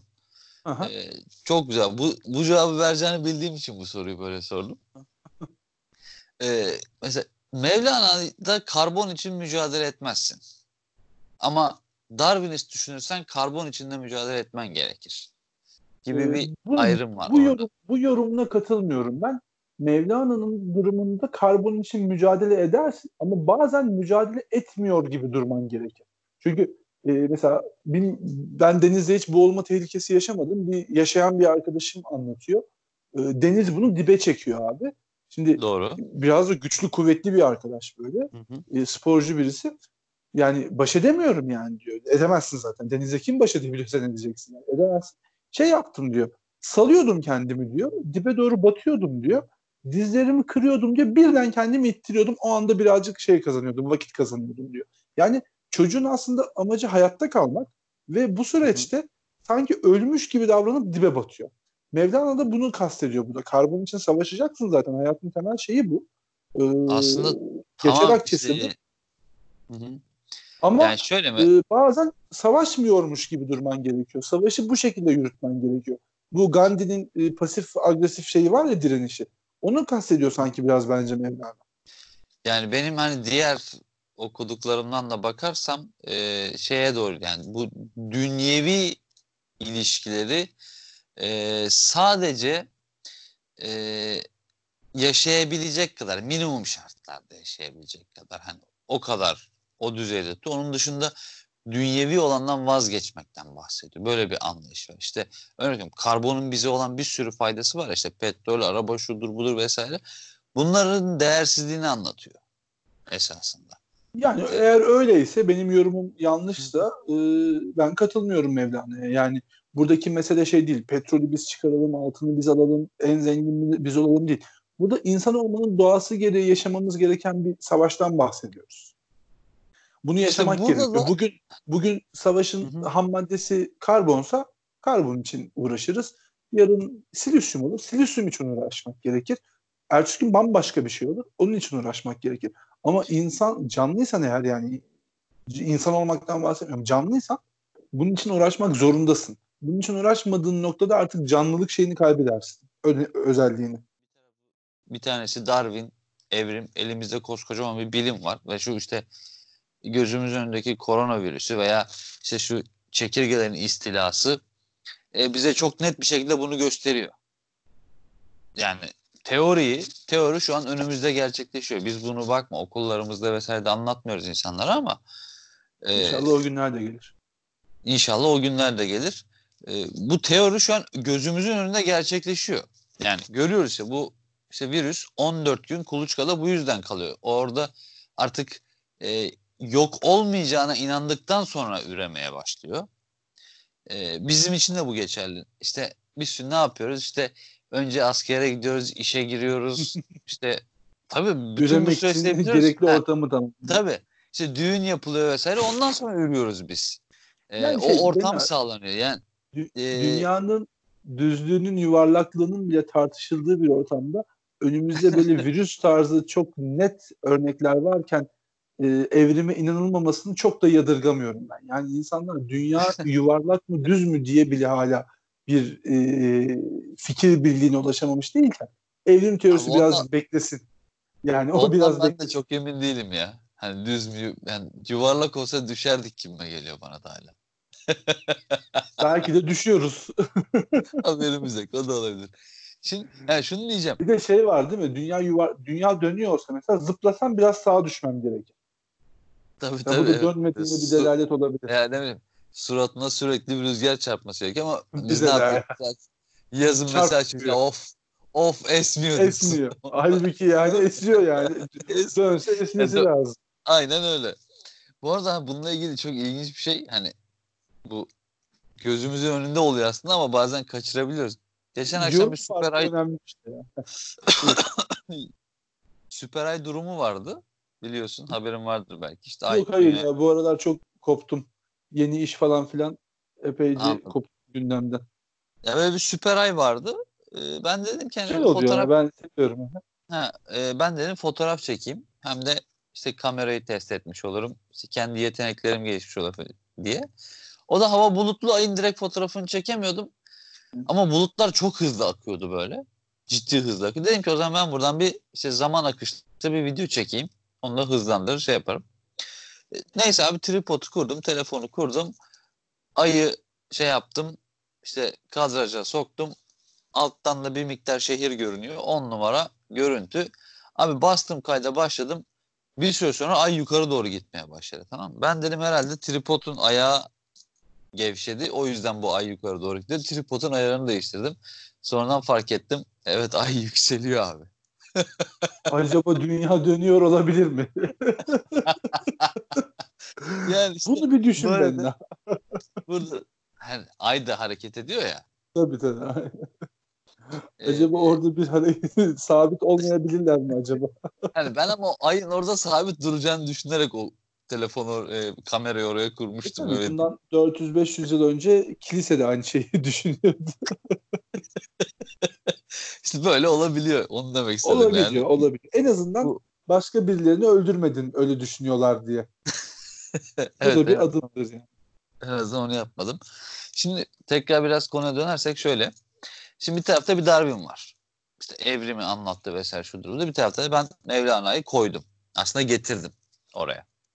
Çok güzel. Bu cevabı vereceğini bildiğim için bu soruyu böyle sordum. Mesela Mevlana'da karbon için mücadele etmezsin. Ama Darwinist düşünürsen karbon için de mücadele etmen gerekir. Gibi bir ayrım var orada. Bu yorumuna katılmıyorum ben. Mevlana'nın durumunda karbon için mücadele edersin ama bazen mücadele etmiyor gibi durman gerekir. Çünkü mesela ben denizde hiç boğulma tehlikesi yaşamadım. Yaşayan bir arkadaşım anlatıyor. Deniz bunu dibe çekiyor abi. Şimdi Doğru. biraz da güçlü, kuvvetli bir arkadaş böyle. Sporcu birisi. Yani baş edemiyorum yani diyor. Edemezsin zaten. Denize kim baş edebiliyorsa edeceksin. Yani. Edemezsin. Şey yaptım diyor. Salıyordum kendimi diyor. Dibe doğru batıyordum diyor. Dizlerimi kırıyordum diyor. Birden kendimi ittiriyordum. O anda birazcık şey kazanıyordum. Vakit kazanıyordum diyor. Yani çocuğun aslında amacı hayatta kalmak ve bu süreçte sanki ölmüş gibi davranıp dibe batıyor. Mevlana da bunu kastediyor burada. Karbon için savaşacaksın zaten. Hayatın temel şeyi bu. Aslında geçer tamam akçesinde. Ama yani şöyle mi? Bazen savaşmıyormuş gibi durman gerekiyor. Savaşı bu şekilde yürütmen gerekiyor. Bu Gandhi'nin pasif agresif şeyi var ya, direnişi. Onu kastediyor sanki biraz bence Mevlana. Yani benim hani diğer okuduklarımdan da bakarsam şeye doğru, yani bu dünyevi ilişkileri sadece yaşayabilecek kadar, minimum şartlarda yaşayabilecek kadar, hani o kadar o düzeyde tut. Onun dışında dünyevi olandan vazgeçmekten bahsediyor. Böyle bir anlayış var. İşte örneğin veriyorum, karbonun bize olan bir sürü faydası var. İşte petrol, araba, şudur budur vesaire. Bunların değersizliğini anlatıyor esasında. Yani eğer öyleyse, benim yorumum yanlışsa ben katılmıyorum Mevlana'ya. Yani buradaki mesele şey değil. Petrolü biz çıkaralım, altını biz alalım, en zengin biz olalım değil. Burada insan olmanın doğası gereği yaşamamız gereken bir savaştan bahsediyoruz. Bunu İşte yaşamak burada gerekiyor. da Bugün savaşın ham maddesi karbonsa karbon için uğraşırız. Yarın silisyum olur. Silisyum için uğraşmak gerekir. Ertesi gün bambaşka bir şey olur. Onun için uğraşmak gerekir. Ama insan canlıysan eğer, yani insan olmaktan bahsetmiyorum. Canlıysan bunun için uğraşmak zorundasın. Bunun için uğraşmadığın noktada artık canlılık şeyini kaybedersin. Özelliğini. bir tanesi Darwin, evrim. Elimizde koskocaman bir bilim var ve şu işte gözümüzün önündeki koronavirüsü veya işte şu çekirgelerin istilası bize çok net bir şekilde bunu gösteriyor. Yani teori şu an önümüzde gerçekleşiyor. Biz bunu bakma okullarımızda vesaire de anlatmıyoruz insanlara ama İnşallah o günler de gelir. inşallah o günler de gelir. Bu teori şu an gözümüzün önünde gerçekleşiyor. Yani görüyoruz ya, bu işte virüs 14 gün kuluçkada bu yüzden kalıyor. Orada artık yok olmayacağına inandıktan sonra üremeye başlıyor. Bizim için de bu geçerli. İşte biz ne yapıyoruz? İşte önce askere gidiyoruz, işe giriyoruz. İşte tabii bütün bu Üremek süreçte için yapıyoruz. gerekli ortamı tamam. Tabii. İşte düğün yapılıyor vesaire. Ondan sonra ürüyoruz biz. Yani O değil ortam mi? sağlanıyor. Yani Dünyanın düzlüğünün, yuvarlaklığının bile tartışıldığı bir ortamda önümüzde böyle virüs tarzı çok net örnekler varken evrime inanılmamasını çok da yadırgamıyorum ben. Yani insanlar dünya yuvarlak mı düz mü diye bile hala bir fikir birliğine ulaşamamış değilken evrim abi teorisi ondan, biraz beklesin. Yani o ondan biraz ben de beklesin. çok emin değilim ya. Hani düz mü? Yani yuvarlak olsa düşerdik gibime geliyor bana da hala. Belki de düşüyoruz. Haberimiz yok. O da olabilir. Şimdi yani şunu diyeceğim. Bir de şey var değil mi? Dünya dönüyorsa mesela zıplasam biraz sağa düşmem gerekir. Tabii Ya bu tabii, da evet. dönmediğine bir delalet olabilir. Yani ne bileyim, suratına sürekli bir rüzgar çarpması gerekiyor ama biz ne Bize yapıyoruz? de Mesela yazın mesela şimdi çarpmıyor. of esmiyor diyorsun. Esmiyor. Halbuki yani esiyor yani. Es- Dönse Ya esmesi lazım. aynen öyle. Bu arada bununla ilgili çok ilginç bir şey, hani bu gözümüzün önünde oluyor aslında ama bazen kaçırabiliyoruz. Geçen akşam bir Yorum farkı önemli işte ya. Buyur. süper ay durumu vardı. Biliyorsun, haberin vardır belki. İşte ay Yok hayır dünya ya, bu aralar çok koptum. Yeni iş falan filan epeyce anladım. koptum gündemden. Ya böyle bir süper ay vardı. Ben dedim ki Güzel hani oluyor fotoğraf ya, ben seviyorum. ben dedim fotoğraf çekeyim. Hem de işte kamerayı test etmiş olurum. İşte kendi yeteneklerim gelişmiş olur diye. O da hava bulutlu, ayın direkt fotoğrafını çekemiyordum. Ama bulutlar çok hızlı akıyordu böyle. Ciddi hızlı akıyor. Dedim ki o zaman ben buradan bir işte zaman akışta bir video çekeyim. Onu da hızlandırır şey yaparım. Neyse abi, tripodu kurdum, telefonu kurdum. Ayı şey yaptım. İşte kadraja soktum. Alttan da bir miktar şehir görünüyor. 10 numara görüntü. Abi bastım kayda başladım. Bir süre sonra ay yukarı doğru gitmeye başladı, tamam mı? Ben dedim herhalde tripodun ayağı gevşedi. O yüzden bu ay yukarı doğru gidiyor. Tripodun ayarını değiştirdim. Sonradan fark ettim. Evet, ay yükseliyor abi. Acaba dünya dönüyor olabilir mi? Yani işte Bunu bir düşün böyle de benimle. burada hani ay da hareket ediyor ya. Tabii tabii. Acaba E, orada bir hareket sabit olmayabilirler mi acaba? hani ben ama o ayın orada sabit duracağını düşünerek o telefonu, kamerayı oraya kurmuştum, Tabii öyle diyeyim. bundan 400-500 yıl önce kilise de aynı şeyi düşünüyordu. İşte böyle olabiliyor. Onu demek istedim yani. Olabiliyor, olabilir. En azından Bu başka birilerini öldürmedin öyle düşünüyorlar diye. Bu evet, da bir adımdır yani. en azından onu yapmadım. Şimdi tekrar biraz konuya dönersek şöyle. Şimdi bir tarafta bir Darwin var. İşte evrimi anlattı vesaire şudur budur. Bir tarafta da ben Mevlana'yı koydum. Aslında getirdim oraya.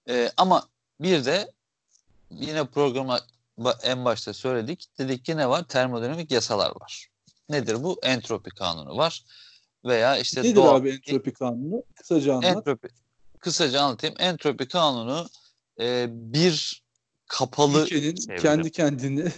Ama bir de yine programa en başta söyledik. Dedik ki ne var? Termodinamik yasalar var. Nedir bu? Entropi kanunu var. Veya işte Nedir abi entropi kanunu? Kısaca anlat. Kısaca anlatayım. Entropi kanunu bir kapalı Ülkenin çevrim. kendi kendine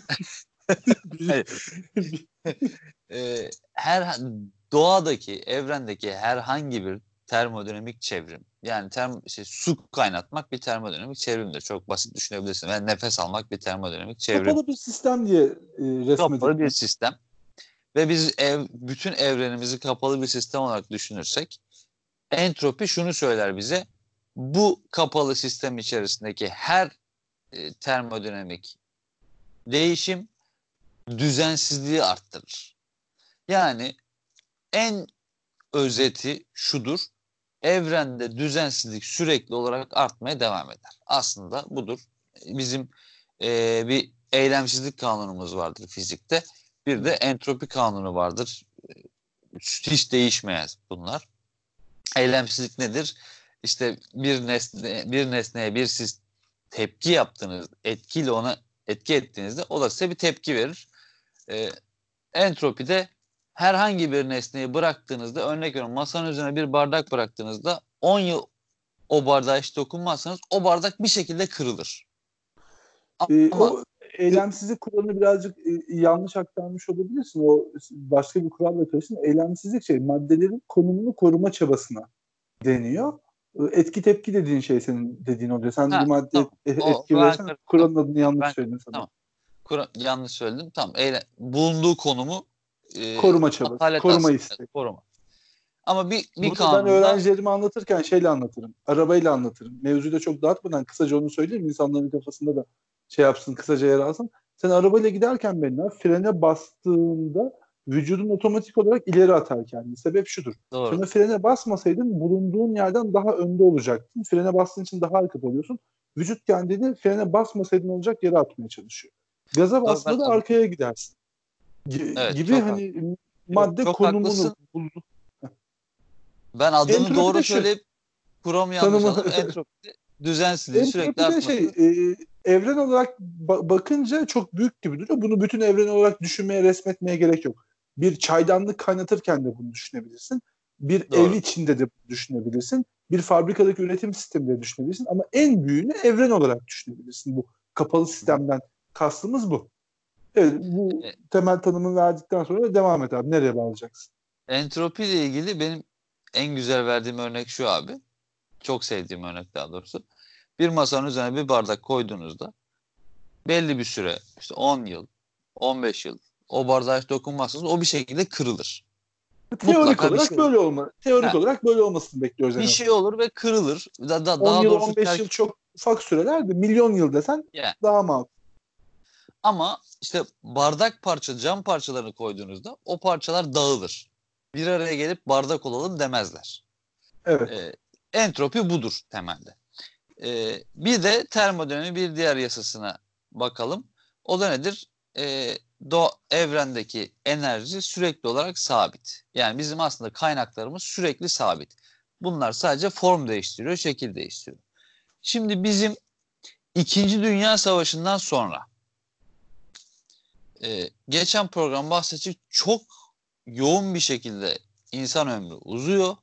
her doğadaki, evrendeki herhangi bir termodinamik çevrim. Yani su kaynatmak bir termodinamik çevrimdir. Çok basit düşünebilirsin. Yani nefes almak bir termodinamik çevrim. Kapalı bir sistem diye resmedilmiş. Kapalı bir sistem. Ve biz bütün evrenimizi kapalı bir sistem olarak düşünürsek entropi şunu söyler bize. Bu kapalı sistem içerisindeki her termodinamik değişim düzensizliği arttırır. Yani en özeti şudur. Evrende düzensizlik sürekli olarak artmaya devam eder. Aslında budur. Bizim bir eylemsizlik kanunumuz vardır fizikte. Bir de entropi kanunu vardır. Hiç değişmez bunlar. Eylemsizlik nedir? İşte bir nesneye siz tepki yaptığınız etkiyle ona etki ettiğinizde o da size bir tepki verir. Entropide herhangi bir nesneyi bıraktığınızda, örnek veriyorum, masanın üzerine bir bardak bıraktığınızda 10 yıl o bardağa hiç dokunmazsanız o bardak bir şekilde kırılır. Ama o eylemsizlik kuralını birazcık yanlış aktarmış olabilirsin. O başka bir kuralla karıştın. Eylemsizlik maddelerin konumunu koruma çabasına deniyor. Etki tepki dediğin şey senin dediğin oluyor. Sen bir madde etki verirsen kuralın adını yanlış söyledin sana. Tamam. Yanlış söyledim. Tamam. Bulunduğu konumu koruma çabası. Koruma isteği. Koruma. Ama bir kanunda... Ben öğrencilerime anlatırken şeyle anlatırım. Arabayla anlatırım. Mevzuyu da çok dağıtmadan kısaca onu söyleyeyim. İnsanların kafasında da yapsın, kısaca yer alsın. Sen arabayla giderken benimle frene bastığında vücudun otomatik olarak ileri atar kendini. Sebep şudur. Doğru. Sonra frene basmasaydın bulunduğun yerden daha önde olacaktın. Frene bastığın için daha arkada oluyorsun. Vücut kendini frene basmasaydın olacak yere atmaya çalışıyor. Gaza bastığında da arkaya gidersin. Gibi hani madde konumunu buldu. Ben adını doğru söyleyip kuramı yanlış aldım. Entropi düzensizliği sürekli artması. Evren olarak bakınca çok büyük gibi duruyor. Bunu bütün evren olarak düşünmeye, resmetmeye gerek yok. Bir çaydanlık kaynatırken de bunu düşünebilirsin. Bir ev içinde de düşünebilirsin. Bir fabrikadaki üretim sisteminde de düşünebilirsin. Ama en büyüğünü evren olarak düşünebilirsin. Bu kapalı sistemden kastımız bu. Evet, bu temel tanımı verdikten sonra devam et abi. Nereye bağlayacaksın? Entropi ile ilgili benim en güzel verdiğim örnek şu abi. Çok sevdiğim örnek daha doğrusu. Bir masanın üzerine bir bardak koyduğunuzda belli bir süre, işte 10 yıl, 15 yıl o bardağa hiç dokunmazsanız o bir şekilde kırılır. Teorik olarak böyle olma. Teorik olarak böyle olmasını bekliyoruz. Bir şey olur ve kırılır. 10 yıl, 15 yıl çok ufak süreler de milyon yıl desen daha makul. Ama işte cam parçalarını koyduğunuzda o parçalar dağılır. Bir araya gelip bardak olalım demezler. Evet. Entropi budur temelde. Bir de termodinamiğin bir diğer yasasına bakalım. O da nedir? Evrendeki enerji sürekli olarak sabit. Yani bizim aslında kaynaklarımız sürekli sabit. Bunlar sadece form değiştiriyor, şekil değiştiriyor. Şimdi bizim 2. Dünya Savaşı'ndan sonra geçen program bahsedecek çok yoğun bir şekilde insan ömrü uzuyor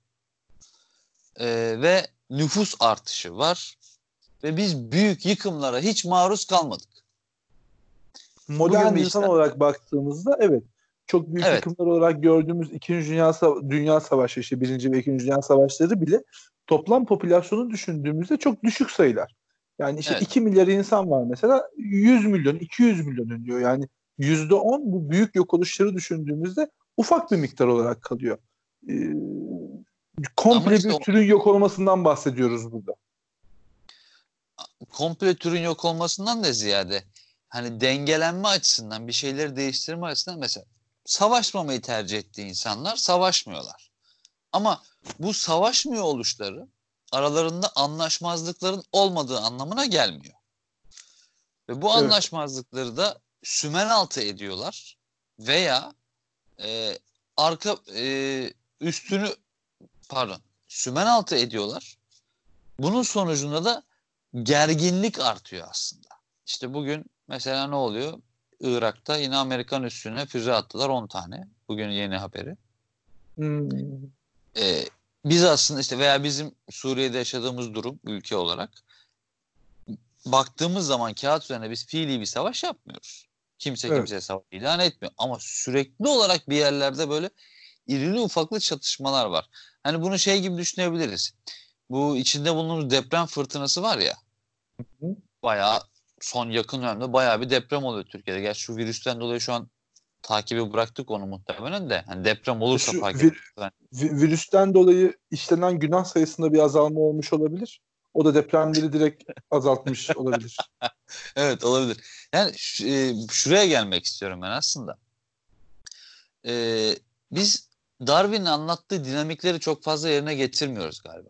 ve nüfus artışı var ve biz büyük yıkımlara hiç maruz kalmadık. Modern insan olarak baktığımızda evet çok büyük yıkımlar olarak gördüğümüz 2. Dünya Savaşı, işte 1. ve 2. Dünya Savaşları bile toplam popülasyonu düşündüğümüzde çok düşük sayılar. Yani işte 2 milyar insan var mesela, 100 milyon, 200 milyon ölüyor. Yani %10 bu büyük yok oluşları düşündüğümüzde ufak bir miktar olarak kalıyor. Komple bir türün yok olmasından bahsediyoruz burada. Komple türün yok olmasından da ziyade hani dengelenme açısından, bir şeyleri değiştirme açısından, mesela savaşmamayı tercih ettiği insanlar savaşmıyorlar. Ama bu savaşmıyor oluşları aralarında anlaşmazlıkların olmadığı anlamına gelmiyor. Ve bu anlaşmazlıkları da sümen altı ediyorlar veya sümen altı ediyorlar. Bunun sonucunda da gerginlik artıyor aslında. İşte bugün mesela ne oluyor? Irak'ta yine Amerikan üssüne füze attılar 10 tane. Bugün yeni haberi. Hmm. Biz aslında işte veya bizim Suriye'de yaşadığımız durum ülke olarak baktığımız zaman kağıt üzerine biz fiili bir savaş yapmıyoruz. Kimse Evet. kimseye savaş ilan etmiyor. Ama sürekli olarak bir yerlerde böyle irili ufaklı çatışmalar var. Hani bunu şey gibi düşünebiliriz. Bu içinde bulunduğumuz deprem fırtınası var ya. Hı. Bayağı son yakın dönemde bayağı bir deprem oluyor Türkiye'de. Gerçi şu virüsten dolayı şu an takibi bıraktık onu muhtemelen de. Hani deprem olursa Şu fark etmez. virüsten dolayı işlenen günah sayısında bir azalma olmuş olabilir. O da depremleri direkt azaltmış olabilir. Evet olabilir. Yani şuraya gelmek istiyorum ben aslında. Biz Darwin'in anlattığı dinamikleri çok fazla yerine getirmiyoruz galiba.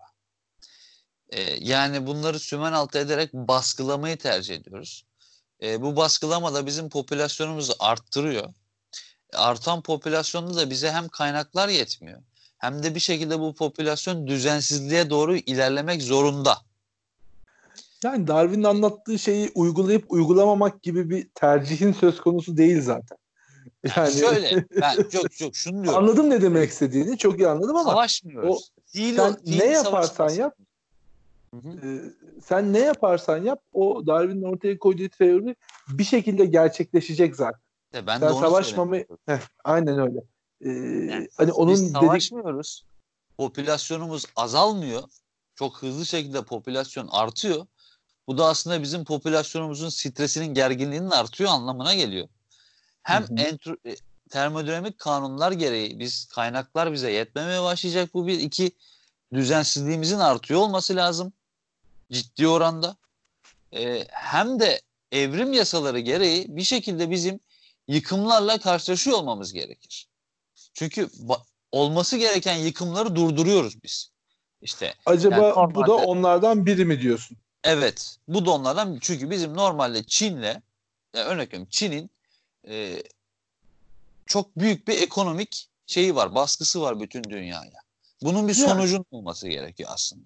Yani bunları sümen altı ederek baskılamayı tercih ediyoruz. Bu baskılama da bizim popülasyonumuzu arttırıyor. Artan popülasyonda da bize hem kaynaklar yetmiyor hem de bir şekilde bu popülasyon düzensizliğe doğru ilerlemek zorunda. Yani Darwin'in anlattığı şeyi uygulayıp uygulamamak gibi bir tercihin söz konusu değil zaten. Yani Yani şöyle ben çok şunu diyorum. anladım ne demek istediğini, çok iyi anladım ama o Savaşmıyoruz. sen ne Fiili yaparsan savaşmaz. yap, Hı hı. sen ne yaparsan yap o Darwin'in ortaya koyduğu teori bir şekilde gerçekleşecek zaten. Ben de Sen onu söylemek savaşmamayı istiyorum. aynen öyle. Yani Hani biz onun dedik. savaşmıyoruz. Popülasyonumuz azalmıyor. Çok hızlı şekilde popülasyon artıyor. Bu da aslında bizim popülasyonumuzun stresinin, gerginliğinin artıyor anlamına geliyor. Hı Hem hı. termodinamik kanunlar gereği kaynaklar bize yetmemeye başlayacak. Bu bir. İki, düzensizliğimizin artıyor olması lazım ciddi oranda. Hem de evrim yasaları gereği bir şekilde bizim yıkımlarla karşılaşıyor olmamız gerekir. Çünkü olması gereken yıkımları durduruyoruz biz. İşte yani Acaba bu da normalde onlardan biri mi diyorsun? evet bu da onlardan çünkü bizim normalde Çin'le örnek veriyorum Çin'in e, çok büyük bir ekonomik şeyi var, baskısı var bütün dünyaya. Bunun bir Yani sonucunun olması gerekiyor aslında.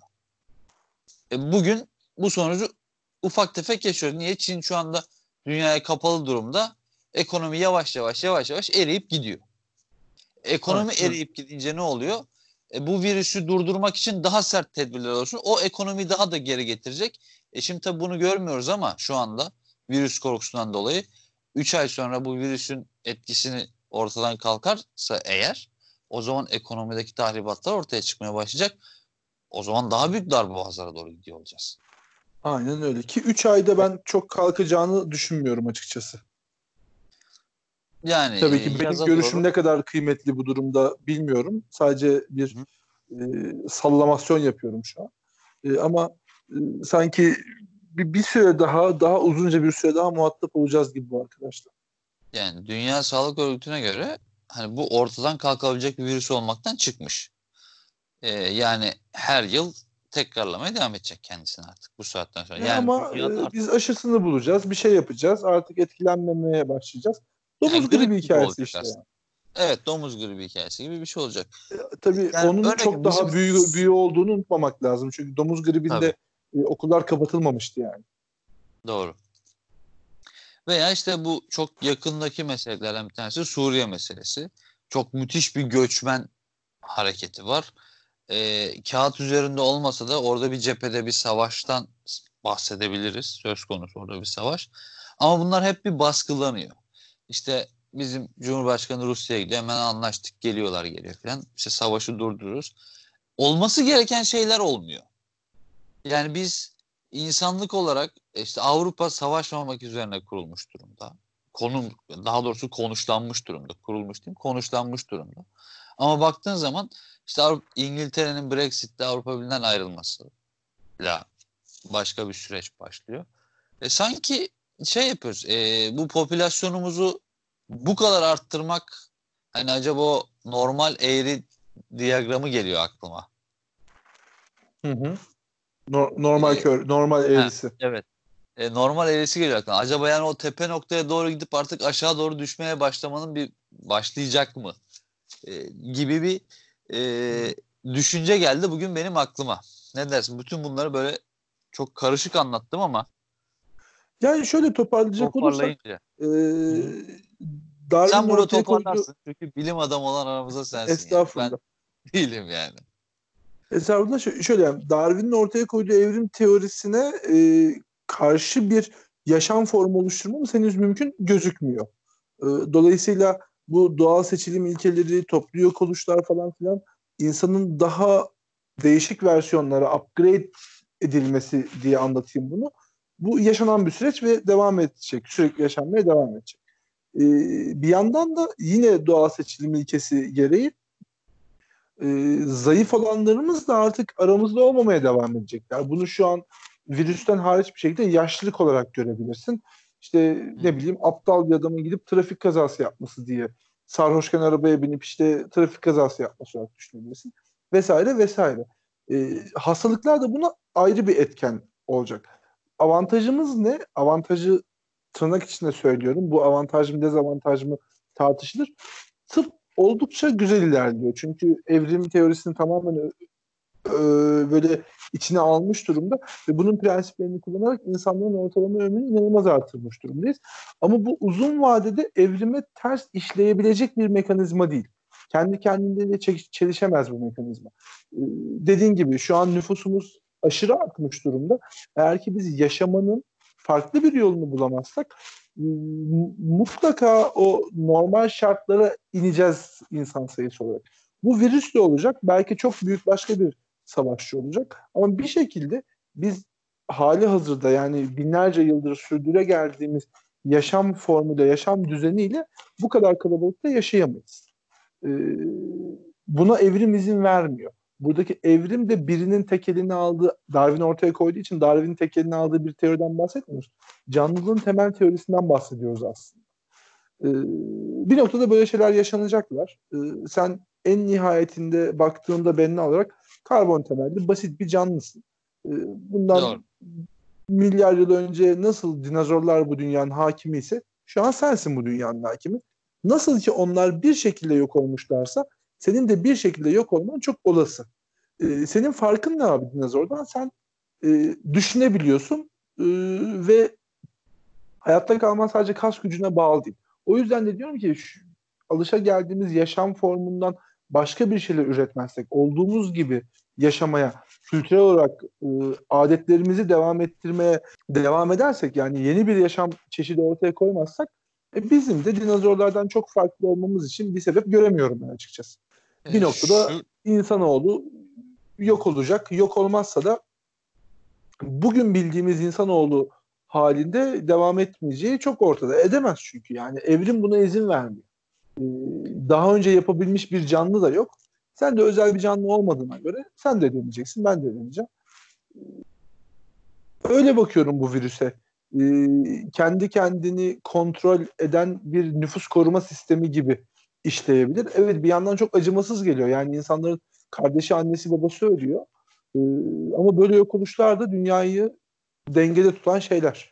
Bugün bu sonucu ufak tefek yaşıyoruz. Niye? Çin şu anda dünyaya kapalı durumda. Ekonomi yavaş yavaş eriyip gidiyor. Ekonomi aynen. eriyip gidince ne oluyor? Bu virüsü durdurmak için daha sert tedbirler olsun. O ekonomiyi daha da geri getirecek. Şimdi tabii bunu görmüyoruz ama şu anda virüs korkusundan dolayı 3 ay sonra bu virüsün etkisini ortadan kalkarsa eğer o zaman ekonomideki tahribatlar ortaya çıkmaya başlayacak. O zaman daha büyük darboğazlara doğru gidiyor olacağız. Aynen öyle. Ki 3 ayda ben çok kalkacağını düşünmüyorum açıkçası. Yani Tabii ki benim yaza görüşüm doğru. ne kadar kıymetli bu durumda bilmiyorum. Sadece bir Hı. e, sallamasyon yapıyorum şu an. Ama sanki bir süre daha uzunca bir süre daha muhatap olacağız gibi bu arkadaşlar. Yani Dünya Sağlık Örgütü'ne göre hani bu ortadan kalkabilecek bir virüs olmaktan çıkmış. Yani her yıl tekrarlamaya devam edecek kendisini artık bu saatten sonra. Yani Ama dünyada biz artık aşısını bulacağız, bir şey yapacağız. Artık etkilenmemeye başlayacağız. yani Domuz gribi grip gibi hikayesi olacak işte aslında. yani. Evet domuz gribi hikayesi gibi bir şey olacak. Tabii Yani onun örnek çok veriyorum, bizim daha büyüğü olduğunu unutmamak lazım. Çünkü domuz tabii gribinde okullar kapatılmamıştı yani. doğru. Veya işte bu çok yakındaki meselelerden bir tanesi Suriye meselesi. Çok müthiş bir göçmen hareketi var. Kağıt üzerinde olmasa da orada bir cephede bir savaştan bahsedebiliriz. Söz konusu orada bir savaş. Ama bunlar hep bir baskılanıyor. İşte bizim Cumhurbaşkanı Rusya'ya gidiyor. Hemen anlaştık geliyor falan. İşte savaşı durdururuz. Olması gereken şeyler olmuyor. Yani biz insanlık olarak işte Avrupa savaşmamak üzerine kurulmuş durumda. Daha doğrusu konuşlanmış durumda. Kurulmuş değil, konuşlanmış durumda. Ama baktığın zaman işte İngiltere'nin Brexit'te Avrupa Birliği'nden ayrılmasıyla başka bir süreç başlıyor. Sanki şey yapıyoruz. Bu popülasyonumuzu bu kadar arttırmak hani acaba o normal eğri diyagramı geliyor aklıma. Hı hı. Normal E, kör, normal ha, eğrisi. evet. Normal eğrisi geliyor aklıma. Acaba yani o tepe noktaya doğru gidip artık aşağı doğru düşmeye başlamanın bir başlayacak mı? Gibi bir düşünce geldi bugün benim aklıma. Ne dersin? Bütün bunları böyle çok karışık anlattım ama Yani şöyle toparlayacak olursak toparlayınca. Darwin'in Sen burada ortaya koyduğu toparlarsın. Çünkü bilim adamı olan aramızda sensin yani. estağfurullah. Ben değilim yani. Estağfurullah şöyle yani Darwin'in ortaya koyduğu evrim teorisine karşı bir yaşam formu oluşturmamız henüz mümkün gözükmüyor. Dolayısıyla bu doğal seçilim ilkeleri, toplu yok oluşlar falan filan insanın daha değişik versiyonlara upgrade edilmesi diye anlatayım bunu. Bu yaşanan bir süreç ve devam edecek. Sürekli yaşanmaya devam edecek. Bir yandan da yine doğal seçilim ilkesi gereği zayıf olanlarımız da artık aramızda olmamaya devam edecekler. Bunu şu an virüsten hariç bir şekilde yaşlılık olarak görebilirsin. İşte ne bileyim aptal bir adamın gidip trafik kazası yapması diye sarhoşken arabaya binip işte trafik kazası yapması olarak düşünebilirsin. Vesaire vesaire. Hastalıklar da buna ayrı bir etken olacak. Avantajımız ne? Avantajı tırnak içinde söylüyorum. Bu avantaj mı dezavantaj mı tartışılır. Tıp oldukça güzel ilerliyor. Çünkü evrim teorisini tamamen böyle içine almış durumda ve bunun prensiplerini kullanarak insanların ortalama ömrünü inanılmaz artırmış durumdayız. Ama bu uzun vadede evrime ters işleyebilecek bir mekanizma değil. Kendi kendine çelişemez bu mekanizma. Dediğin gibi şu an nüfusumuz aşırı artmış durumda. Eğer ki biz yaşamanın farklı bir yolunu bulamazsak mutlaka o normal şartlara ineceğiz insan sayısı olarak. Bu virüs de olacak. Belki çok büyük başka bir savaşçı olacak. Ama bir şekilde biz hali hazırda yani binlerce yıldır sürdüre geldiğimiz yaşam formuyla, yaşam düzeniyle bu kadar kalabalıkta yaşayamayız. Buna evrim izin vermiyor. Buradaki evrim de birinin tekelini aldığı, Darwin ortaya koyduğu için Darwin'in tekelini aldığı bir teoriden bahsetmiyoruz. Canlılığın temel teorisinden bahsediyoruz aslında. Bir noktada böyle şeyler yaşanacaklar. Sen en nihayetinde baktığında benimle olarak karbon temelli basit bir canlısın. Bundan Doğru. milyar yıl önce nasıl dinozorlar bu dünyanın hakimi ise şu an sensin bu dünyanın hakimi. Nasıl ki onlar bir şekilde yok olmuşlarsa senin de bir şekilde yok olman çok olası. Senin farkın ne abi dinozordan? Sen düşünebiliyorsun ve hayatta kalman sadece kas gücüne bağlı değil. O yüzden de diyorum ki alışageldiğimiz yaşam formundan başka bir şeyler üretmezsek, olduğumuz gibi yaşamaya, kültürel olarak adetlerimizi devam ettirmeye devam edersek, yani yeni bir yaşam çeşidi ortaya koymazsak, bizim de dinozorlardan çok farklı olmamız için bir sebep göremiyorum ben açıkçası. Bir noktada insanoğlu yok olacak. Yok olmazsa da bugün bildiğimiz insanoğlu halinde devam etmeyeceği çok ortada. Edemez çünkü yani evrim buna izin vermiyor. Daha önce yapabilmiş bir canlı da yok. Sen de özel bir canlı olmadığına göre sen de edemeyeceksin, ben de edemeyeceğim. Öyle bakıyorum bu virüse. Kendi kendini kontrol eden bir nüfus koruma sistemi gibi işleyebilir. Evet, bir yandan çok acımasız geliyor. Yani insanların kardeşi, annesi, babası ölüyor. Ama böyle yok oluşlar da dünyayı dengede tutan şeyler.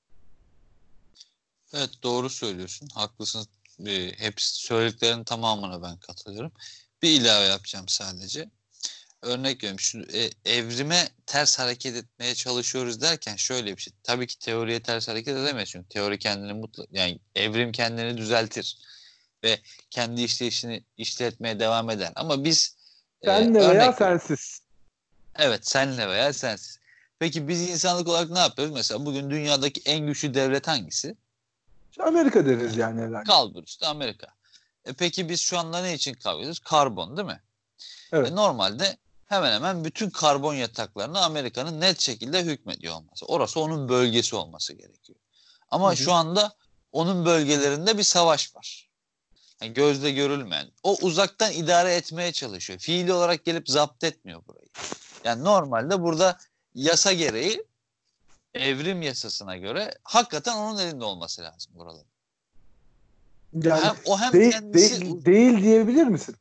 Evet, doğru söylüyorsun. Haklısın. Hepsi söylediklerinin tamamına ben katılıyorum. Bir ilave yapacağım sadece. Örnek veriyorum. Evrime ters hareket etmeye çalışıyoruz derken şöyle bir şey. Tabii ki teoriye ters hareket edemez. Çünkü teori kendini yani evrim kendini düzeltir ve kendi işleyişini işletmeye devam eder. Ama biz senle veya sensiz. Evet, senle veya sensiz. Peki biz insanlık olarak ne yapıyoruz? Mesela bugün dünyadaki en güçlü devlet hangisi? Amerika deriz yani herhalde. Kalbur işte Amerika. Peki biz şu anda ne için kavgıyoruz? Karbon değil mi? Evet. Normalde hemen hemen bütün karbon yataklarına Amerika'nın net şekilde hükmediyor olması. Orası onun bölgesi olması gerekiyor. Ama şu anda onun bölgelerinde bir savaş var. Yani gözle görülmeyen. O uzaktan idare etmeye çalışıyor. Fiili olarak gelip zapt etmiyor burayı. Yani normalde burada yasa gereği evrim yasasına göre hakikaten onun elinde olması lazım buraların. Yani hem kendisi değil diyebilir misin?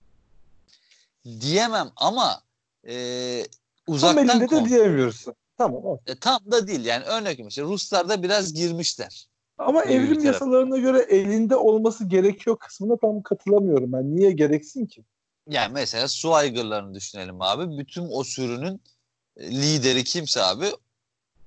Diyemem ama uzaktan tam elinde de diyemiyorsun. Tamam. Tam da değil yani, örnek mesela Ruslar da biraz girmişler. Ama evrim yasalarına göre elinde olması gerekiyor kısmına tam katılamıyorum ben. Niye gereksin ki? Yani mesela su aygırlarını düşünelim abi. Bütün o sürünün lideri kimse abi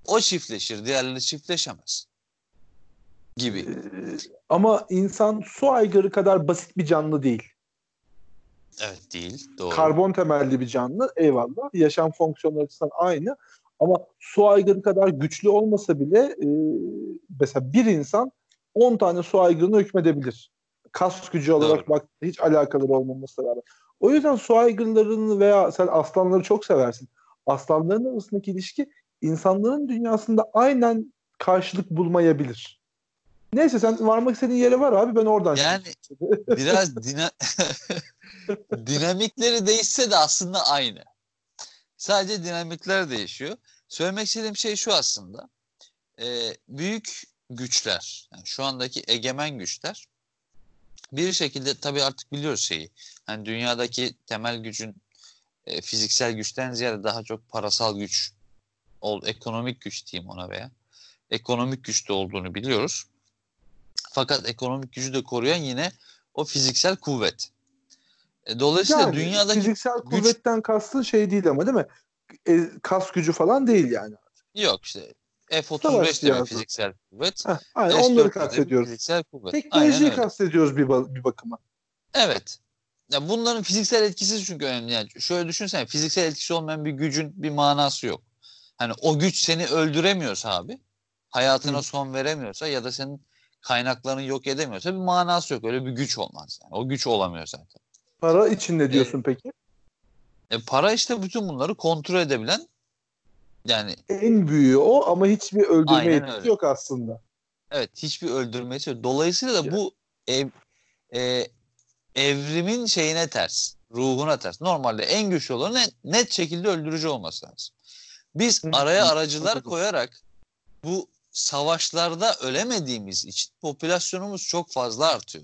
O çiftleşir, diğerleri çiftleşemez gibi. Ama insan su aygırı kadar basit bir canlı değil. Evet, değil. Doğru. Karbon temelli bir canlı, eyvallah. Yaşam fonksiyonları açısından aynı. Ama su aygırı kadar güçlü olmasa bile mesela bir insan 10 tane su aygırına hükmedebilir. Kas gücü Doğru. olarak baktığında hiç alakaları olmaması beraber. O yüzden su aygırlarını veya sen aslanları çok seversin. Aslanların arasındaki ilişki insanların dünyasında aynen karşılık bulmayabilir. Neyse, sen varmak istediğin yere var abi, ben oradan Yani çıkayım. biraz dinamikleri değişse de aslında aynı. Sadece dinamikler değişiyor. Söylemek istediğim şey şu aslında. Büyük güçler, yani şu andaki egemen güçler bir şekilde, tabii artık biliyoruz şeyi. Hani dünyadaki temel gücün fiziksel güçten ziyade daha çok parasal güç, ekonomik güç diyeyim ona, veya ekonomik güçte olduğunu biliyoruz. Fakat ekonomik gücü de koruyan yine o fiziksel kuvvet. Dolayısıyla Yani dünyadaki fiziksel güç kuvvetten kastın şey değil ama, değil mi? Kas gücü falan değil yani. yok işte. Savaş F-35 de bir cihazı. fiziksel kuvvet. Heh, aynen onları S-400 de bir kastediyoruz. fiziksel kuvvet. Aynen Teknolojiyi öyle. kastediyoruz bir bakıma. Evet. Ya bunların fiziksel etkisi çünkü önemli. Yani şöyle düşünsene, fiziksel etkisi olmayan bir gücün bir manası yok. Hani o güç seni öldüremiyorsa abi, hayatına Hı. son veremiyorsa ya da senin kaynaklarını yok edemiyorsa bir manası yok. Öyle bir güç olmaz yani. O güç olamıyor zaten. Para için ne E, diyorsun peki? para işte bütün bunları kontrol edebilen, yani En büyüğü o ama hiçbir öldürme aynen etkisi öyle. yok aslında. Evet, hiçbir öldürmesi yok. Dolayısıyla da bu ev, e, evrimin şeyine ters, ruhuna ters. Normalde en güçlü olanı net şekilde öldürücü olması lazım. Biz Hı. araya aracılar Anladım. koyarak bu savaşlarda ölemediğimiz için popülasyonumuz çok fazla artıyor.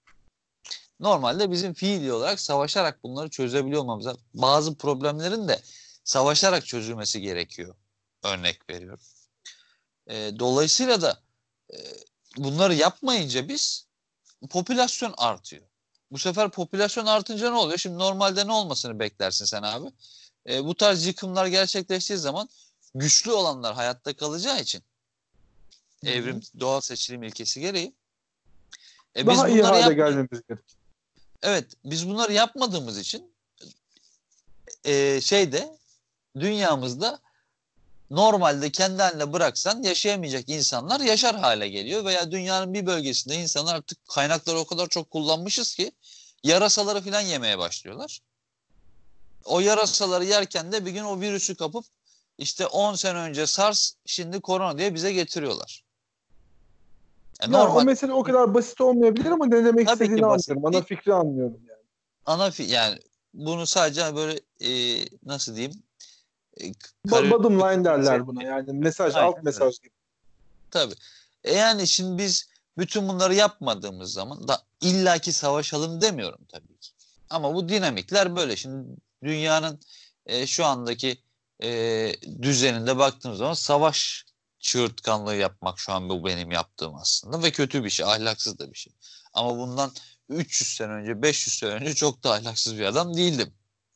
Normalde bizim fiili olarak savaşarak bunları çözebiliyor olmamız lazım. Bazı problemlerin de savaşarak çözülmesi gerekiyor. Örnek veriyorum. Dolayısıyla da e, bunları yapmayınca biz, popülasyon artıyor. Bu sefer popülasyon artınca ne oluyor? Şimdi normalde ne olmasını beklersin sen abi? Bu tarz yıkımlar gerçekleştiği zaman güçlü olanlar hayatta kalacağı için, evrim Hı. doğal seçilim ilkesi gereği. Daha Biz iyi bunları hale gelmemiz gerek. Evet, biz bunları yapmadığımız için şeyde, dünyamızda normalde kendi haline bıraksan yaşayamayacak insanlar yaşar hale geliyor veya dünyanın bir bölgesinde insanlar artık kaynakları o kadar çok kullanmışız ki yarasaları falan yemeye başlıyorlar. O yarasaları yerken de bir gün o virüsü kapıp işte 10 sene önce SARS, şimdi korona diye bize getiriyorlar. Yani o Normal, mesele o kadar basit olmayabilir ama ne demek tabii istediğini ki basit anlıyorum. Ana değil. fikri anlıyorum yani. Yani bunu sadece böyle nasıl diyeyim, Bottom karikatür line bir şey derler buna. değil. Yani mesaj, alt Aynen öyle. mesaj gibi. Tabii. Yani şimdi biz bütün bunları yapmadığımız zaman da illaki savaşalım demiyorum tabii ki. Ama bu dinamikler böyle. Şimdi dünyanın şu andaki düzeninde baktığımız zaman savaş çığırtkanlığı yapmak şu an bu benim yaptığım aslında ve kötü bir şey, ahlaksız da bir şey. Ama bundan 300 sene önce, 500 sene önce çok da ahlaksız bir adam değildim.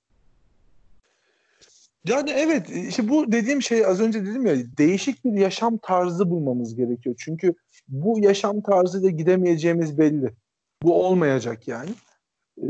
Yani evet, işte bu dediğim şey, az önce dedim ya, değişik bir yaşam tarzı bulmamız gerekiyor. Çünkü bu yaşam tarzıyla gidemeyeceğimiz belli. Bu olmayacak yani. Ee,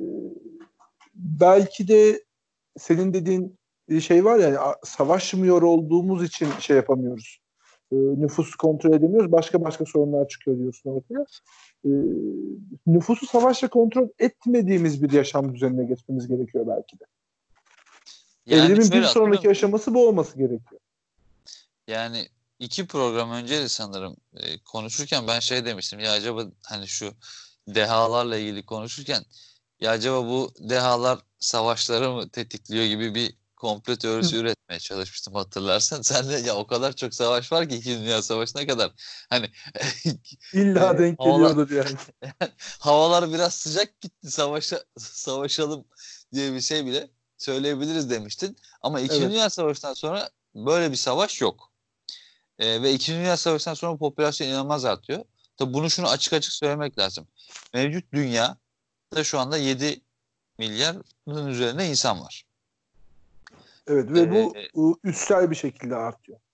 belki de senin dediğin şey var ya, yani savaşmıyor olduğumuz için şey yapamıyoruz. Nüfusu kontrol edemiyoruz. Başka sorunlar çıkıyor diyorsun ortaya. Ee, nüfusu savaşla kontrol etmediğimiz bir yaşam düzenine geçmemiz gerekiyor belki de. Yani Evrimin bir şöyle, hatırlıyor sonraki musun? aşaması bu olması gerekiyor. Yani 2 program önce de sanırım konuşurken ben şey demiştim ya, acaba hani şu dehalarla ilgili konuşurken, ya acaba bu dehalar savaşları mı tetikliyor gibi bir komplo teorisi üretmeye çalışmıştım, hatırlarsan. Sen de ya o kadar çok savaş var ki 2. Dünya Savaşı'na kadar, hani İlla denk havalar geliyordur yani. havalar biraz sıcak gitti, savaşalım diye bir şey bile söyleyebiliriz demiştin. Ama 2. Evet. Dünya Savaşı'ndan sonra böyle bir savaş yok. Ve 2. Dünya Savaşı'ndan sonra popülasyon inanılmaz artıyor. Tabii bunu, şunu açık açık söylemek lazım. Mevcut dünyada şu anda 7 milyarın üzerinde insan var. Evet ve bu Ee, üstsel bir şekilde artıyor.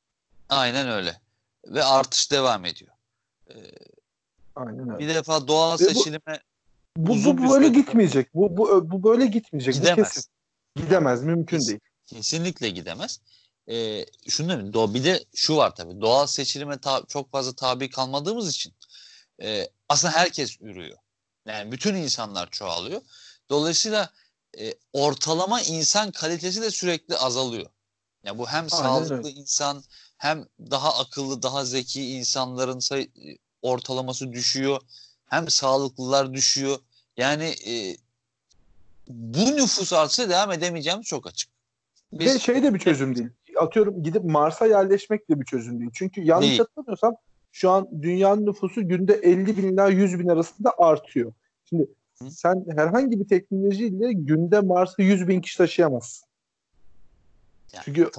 Aynen öyle. Ve artış devam ediyor. Aynen öyle. Bir defa doğal seçilime Bu böyle gitmeyecek. Bu böyle gitmeyecek. Gidemez. Bu kesin. Gidemez. Mümkün değil. Kesinlikle gidemez. Şunu demek, bir de şu var tabii. Doğal seçilime çok fazla tabi kalmadığımız için aslında herkes ürüyor. Yani bütün insanlar çoğalıyor. Dolayısıyla ortalama insan kalitesi de sürekli azalıyor. Yani bu hem sağlıklı insan hem daha akıllı, daha zeki insanların ortalaması düşüyor. Hem sağlıklılar düşüyor. Yani bu nüfus artışına devam edemeyeceğimiz çok açık. Ve şey de bir çözüm değil. Atıyorum gidip Mars'a yerleşmek de bir çözüm değil. Çünkü yanlış hatırlamıyorsam şu an dünyanın nüfusu günde 50 bin ila 100 bin arasında artıyor. Şimdi sen herhangi bir teknolojiyle günde Mars'a 100 bin kişi taşıyamazsın. Çünkü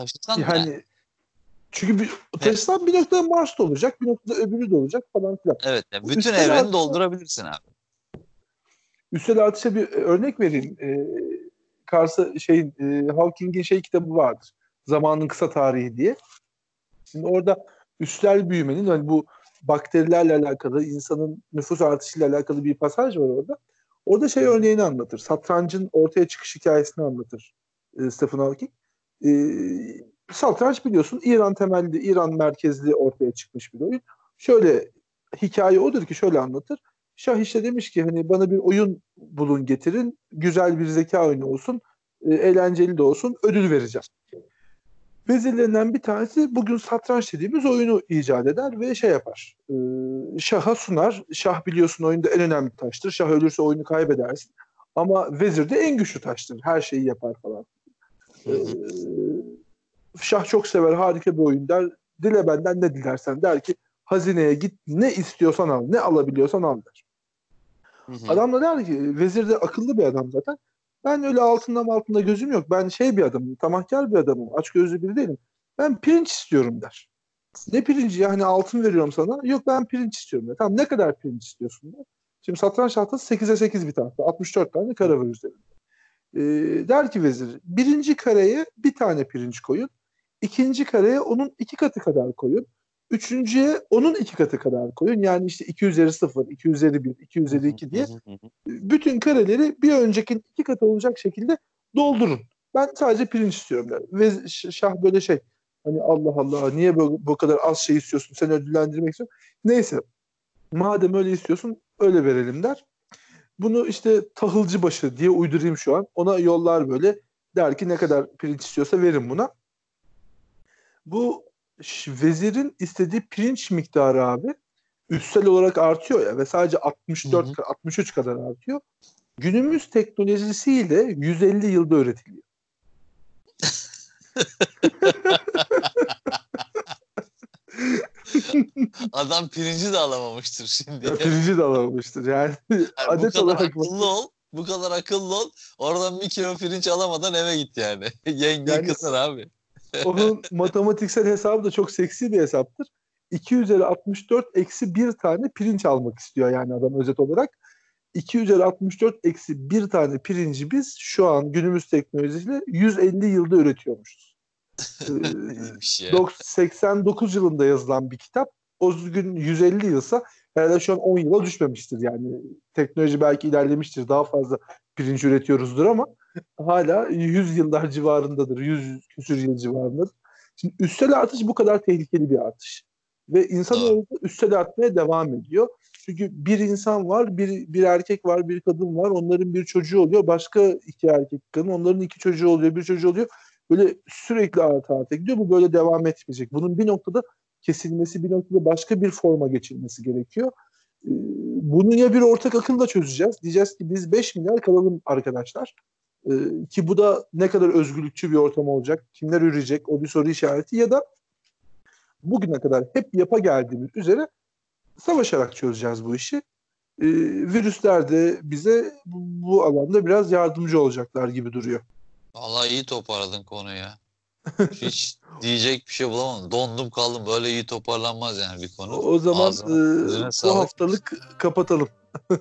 taşısan bir noktada Mars'ta olacak, bir noktada öbürü de olacak falan filan. Evet, yani bütün evreni doldurabilirsin abi. Üstel artışa bir örnek vereyim. Hawking'in kitabı vardır. Zamanın Kısa Tarihi diye. Şimdi orada üstel büyümenin, yani bu bakterilerle alakalı, insanın nüfus artışıyla alakalı bir pasaj var orada. Orada örneğini anlatır. Satrancın ortaya çıkış hikayesini anlatır Stephen Hawking. Satranç biliyorsun İran temelli, İran merkezli ortaya çıkmış bir oyun. Şöyle hikaye odur ki şöyle anlatır. Şah işte demiş ki hani bana bir oyun bulun getirin. Güzel bir zeka oyunu olsun. Eğlenceli de olsun. Ödül vereceğim. Vezirlerinden bir tanesi bugün satranç dediğimiz oyunu icat eder ve yapar. Şah'a sunar. Şah biliyorsun oyunda en önemli taştır. Şah ölürse oyunu kaybedersin. Ama vezir de en güçlü taştır. Her şeyi yapar falan. Şah çok sever, harika bir oyun der. Dile benden ne dilersen, der ki hazineye git, ne istiyorsan al, ne alabiliyorsan al der. Adam da der ki, vezir de akıllı bir adam zaten. Ben öyle altında gözüm yok. Ben bir adamım, tamahkar bir adamım. Açgözlü biri değilim. Ben pirinç istiyorum der. Ne pirinci ya? Hani altın veriyorum sana. Yok ben pirinç istiyorum der. Tamam ne kadar pirinç istiyorsun der. Şimdi satranç tahtası 8'e 8 bir tahta. 64 tane kare var üzerinde. Der ki vezir, birinci kareye bir tane pirinç koyun. İkinci kareye onun 2 katı kadar koyun. Üçüncüye onun 2 katı kadar koyun. Yani işte 2 üzeri 0, 2 üzeri 1, 2 üzeri 2 diye. Bütün kareleri bir öncekinin 2 katı olacak şekilde doldurun. Ben sadece pirinç istiyorum der. Ve şah böyle hani Allah Allah niye bu kadar az şey istiyorsun? Seni ödüllendirmek istiyorum. Neyse madem öyle istiyorsun öyle verelim der. Bunu işte tahılcıbaşı diye uydurayım şu an. Ona yollar böyle. Der ki ne kadar pirinç istiyorsa verin buna. Bu vezirin istediği pirinç miktarı abi üstel olarak artıyor ya ve sadece 63 kadar artıyor. Günümüz teknolojisiyle 150 yılda üretiliyor. Adam pirinci de alamamıştır şimdi. Ya, pirinci de alamamıştır yani. Bu kadar akıllı ol. Bu kadar akıllı ol. Oradan 1 kilo pirinç alamadan eve git yani. Yengeyi kısır abi. Onun matematiksel hesabı da çok seksi bir hesaptır. 2 üzeri 64 eksi 1 tane pirinç almak istiyor yani adam özet olarak. 2 üzeri 64 eksi 1 tane pirinci biz şu an günümüz teknolojisiyle 150 yılda üretiyormuşuz. 89 yılında yazılan bir kitap. O gün 150 yılsa herhalde şu an 10 yıla düşmemiştir yani. Teknoloji belki ilerlemiştir. Daha fazla pirinç üretiyoruzdur ama hala 100 yıllar civarındadır. 100 küsür yıl civarındadır. Şimdi üstel artış bu kadar tehlikeli bir artış. Ve insanoğlu üstel artmaya devam ediyor. Çünkü bir insan var, bir erkek var, bir kadın var. Onların bir çocuğu oluyor. Başka 2 erkek kadın. Onların 2 çocuğu oluyor, bir çocuğu oluyor. Böyle sürekli arta gidiyor. Bu böyle devam etmeyecek. Bunun bir noktada kesilmesi, bir noktada başka bir forma geçilmesi gerekiyor. Bunu ya bir ortak akılla çözeceğiz. Diyeceğiz ki biz 5 milyar kalalım arkadaşlar. Ki bu da ne kadar özgürlükçü bir ortam olacak. Kimler ürecek? O bir soru işareti. Ya da bugüne kadar hep yapa geldiğimiz üzere savaşarak çözeceğiz bu işi. Virüsler de bize bu alanda biraz yardımcı olacaklar gibi duruyor. Vallahi iyi toparladın konuyu ya. Hiç diyecek bir şey bulamadım. Dondum kaldım. Böyle iyi toparlanmaz yani bir konu. O zaman bu haftalık kapatalım.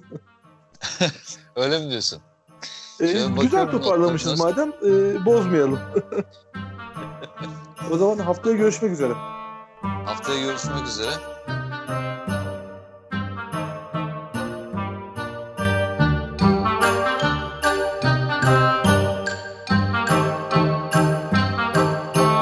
Öyle mi diyorsun? Güzel toparlamışız madem. Bozmayalım. O zaman haftaya görüşmek üzere. Haftaya görüşmek üzere.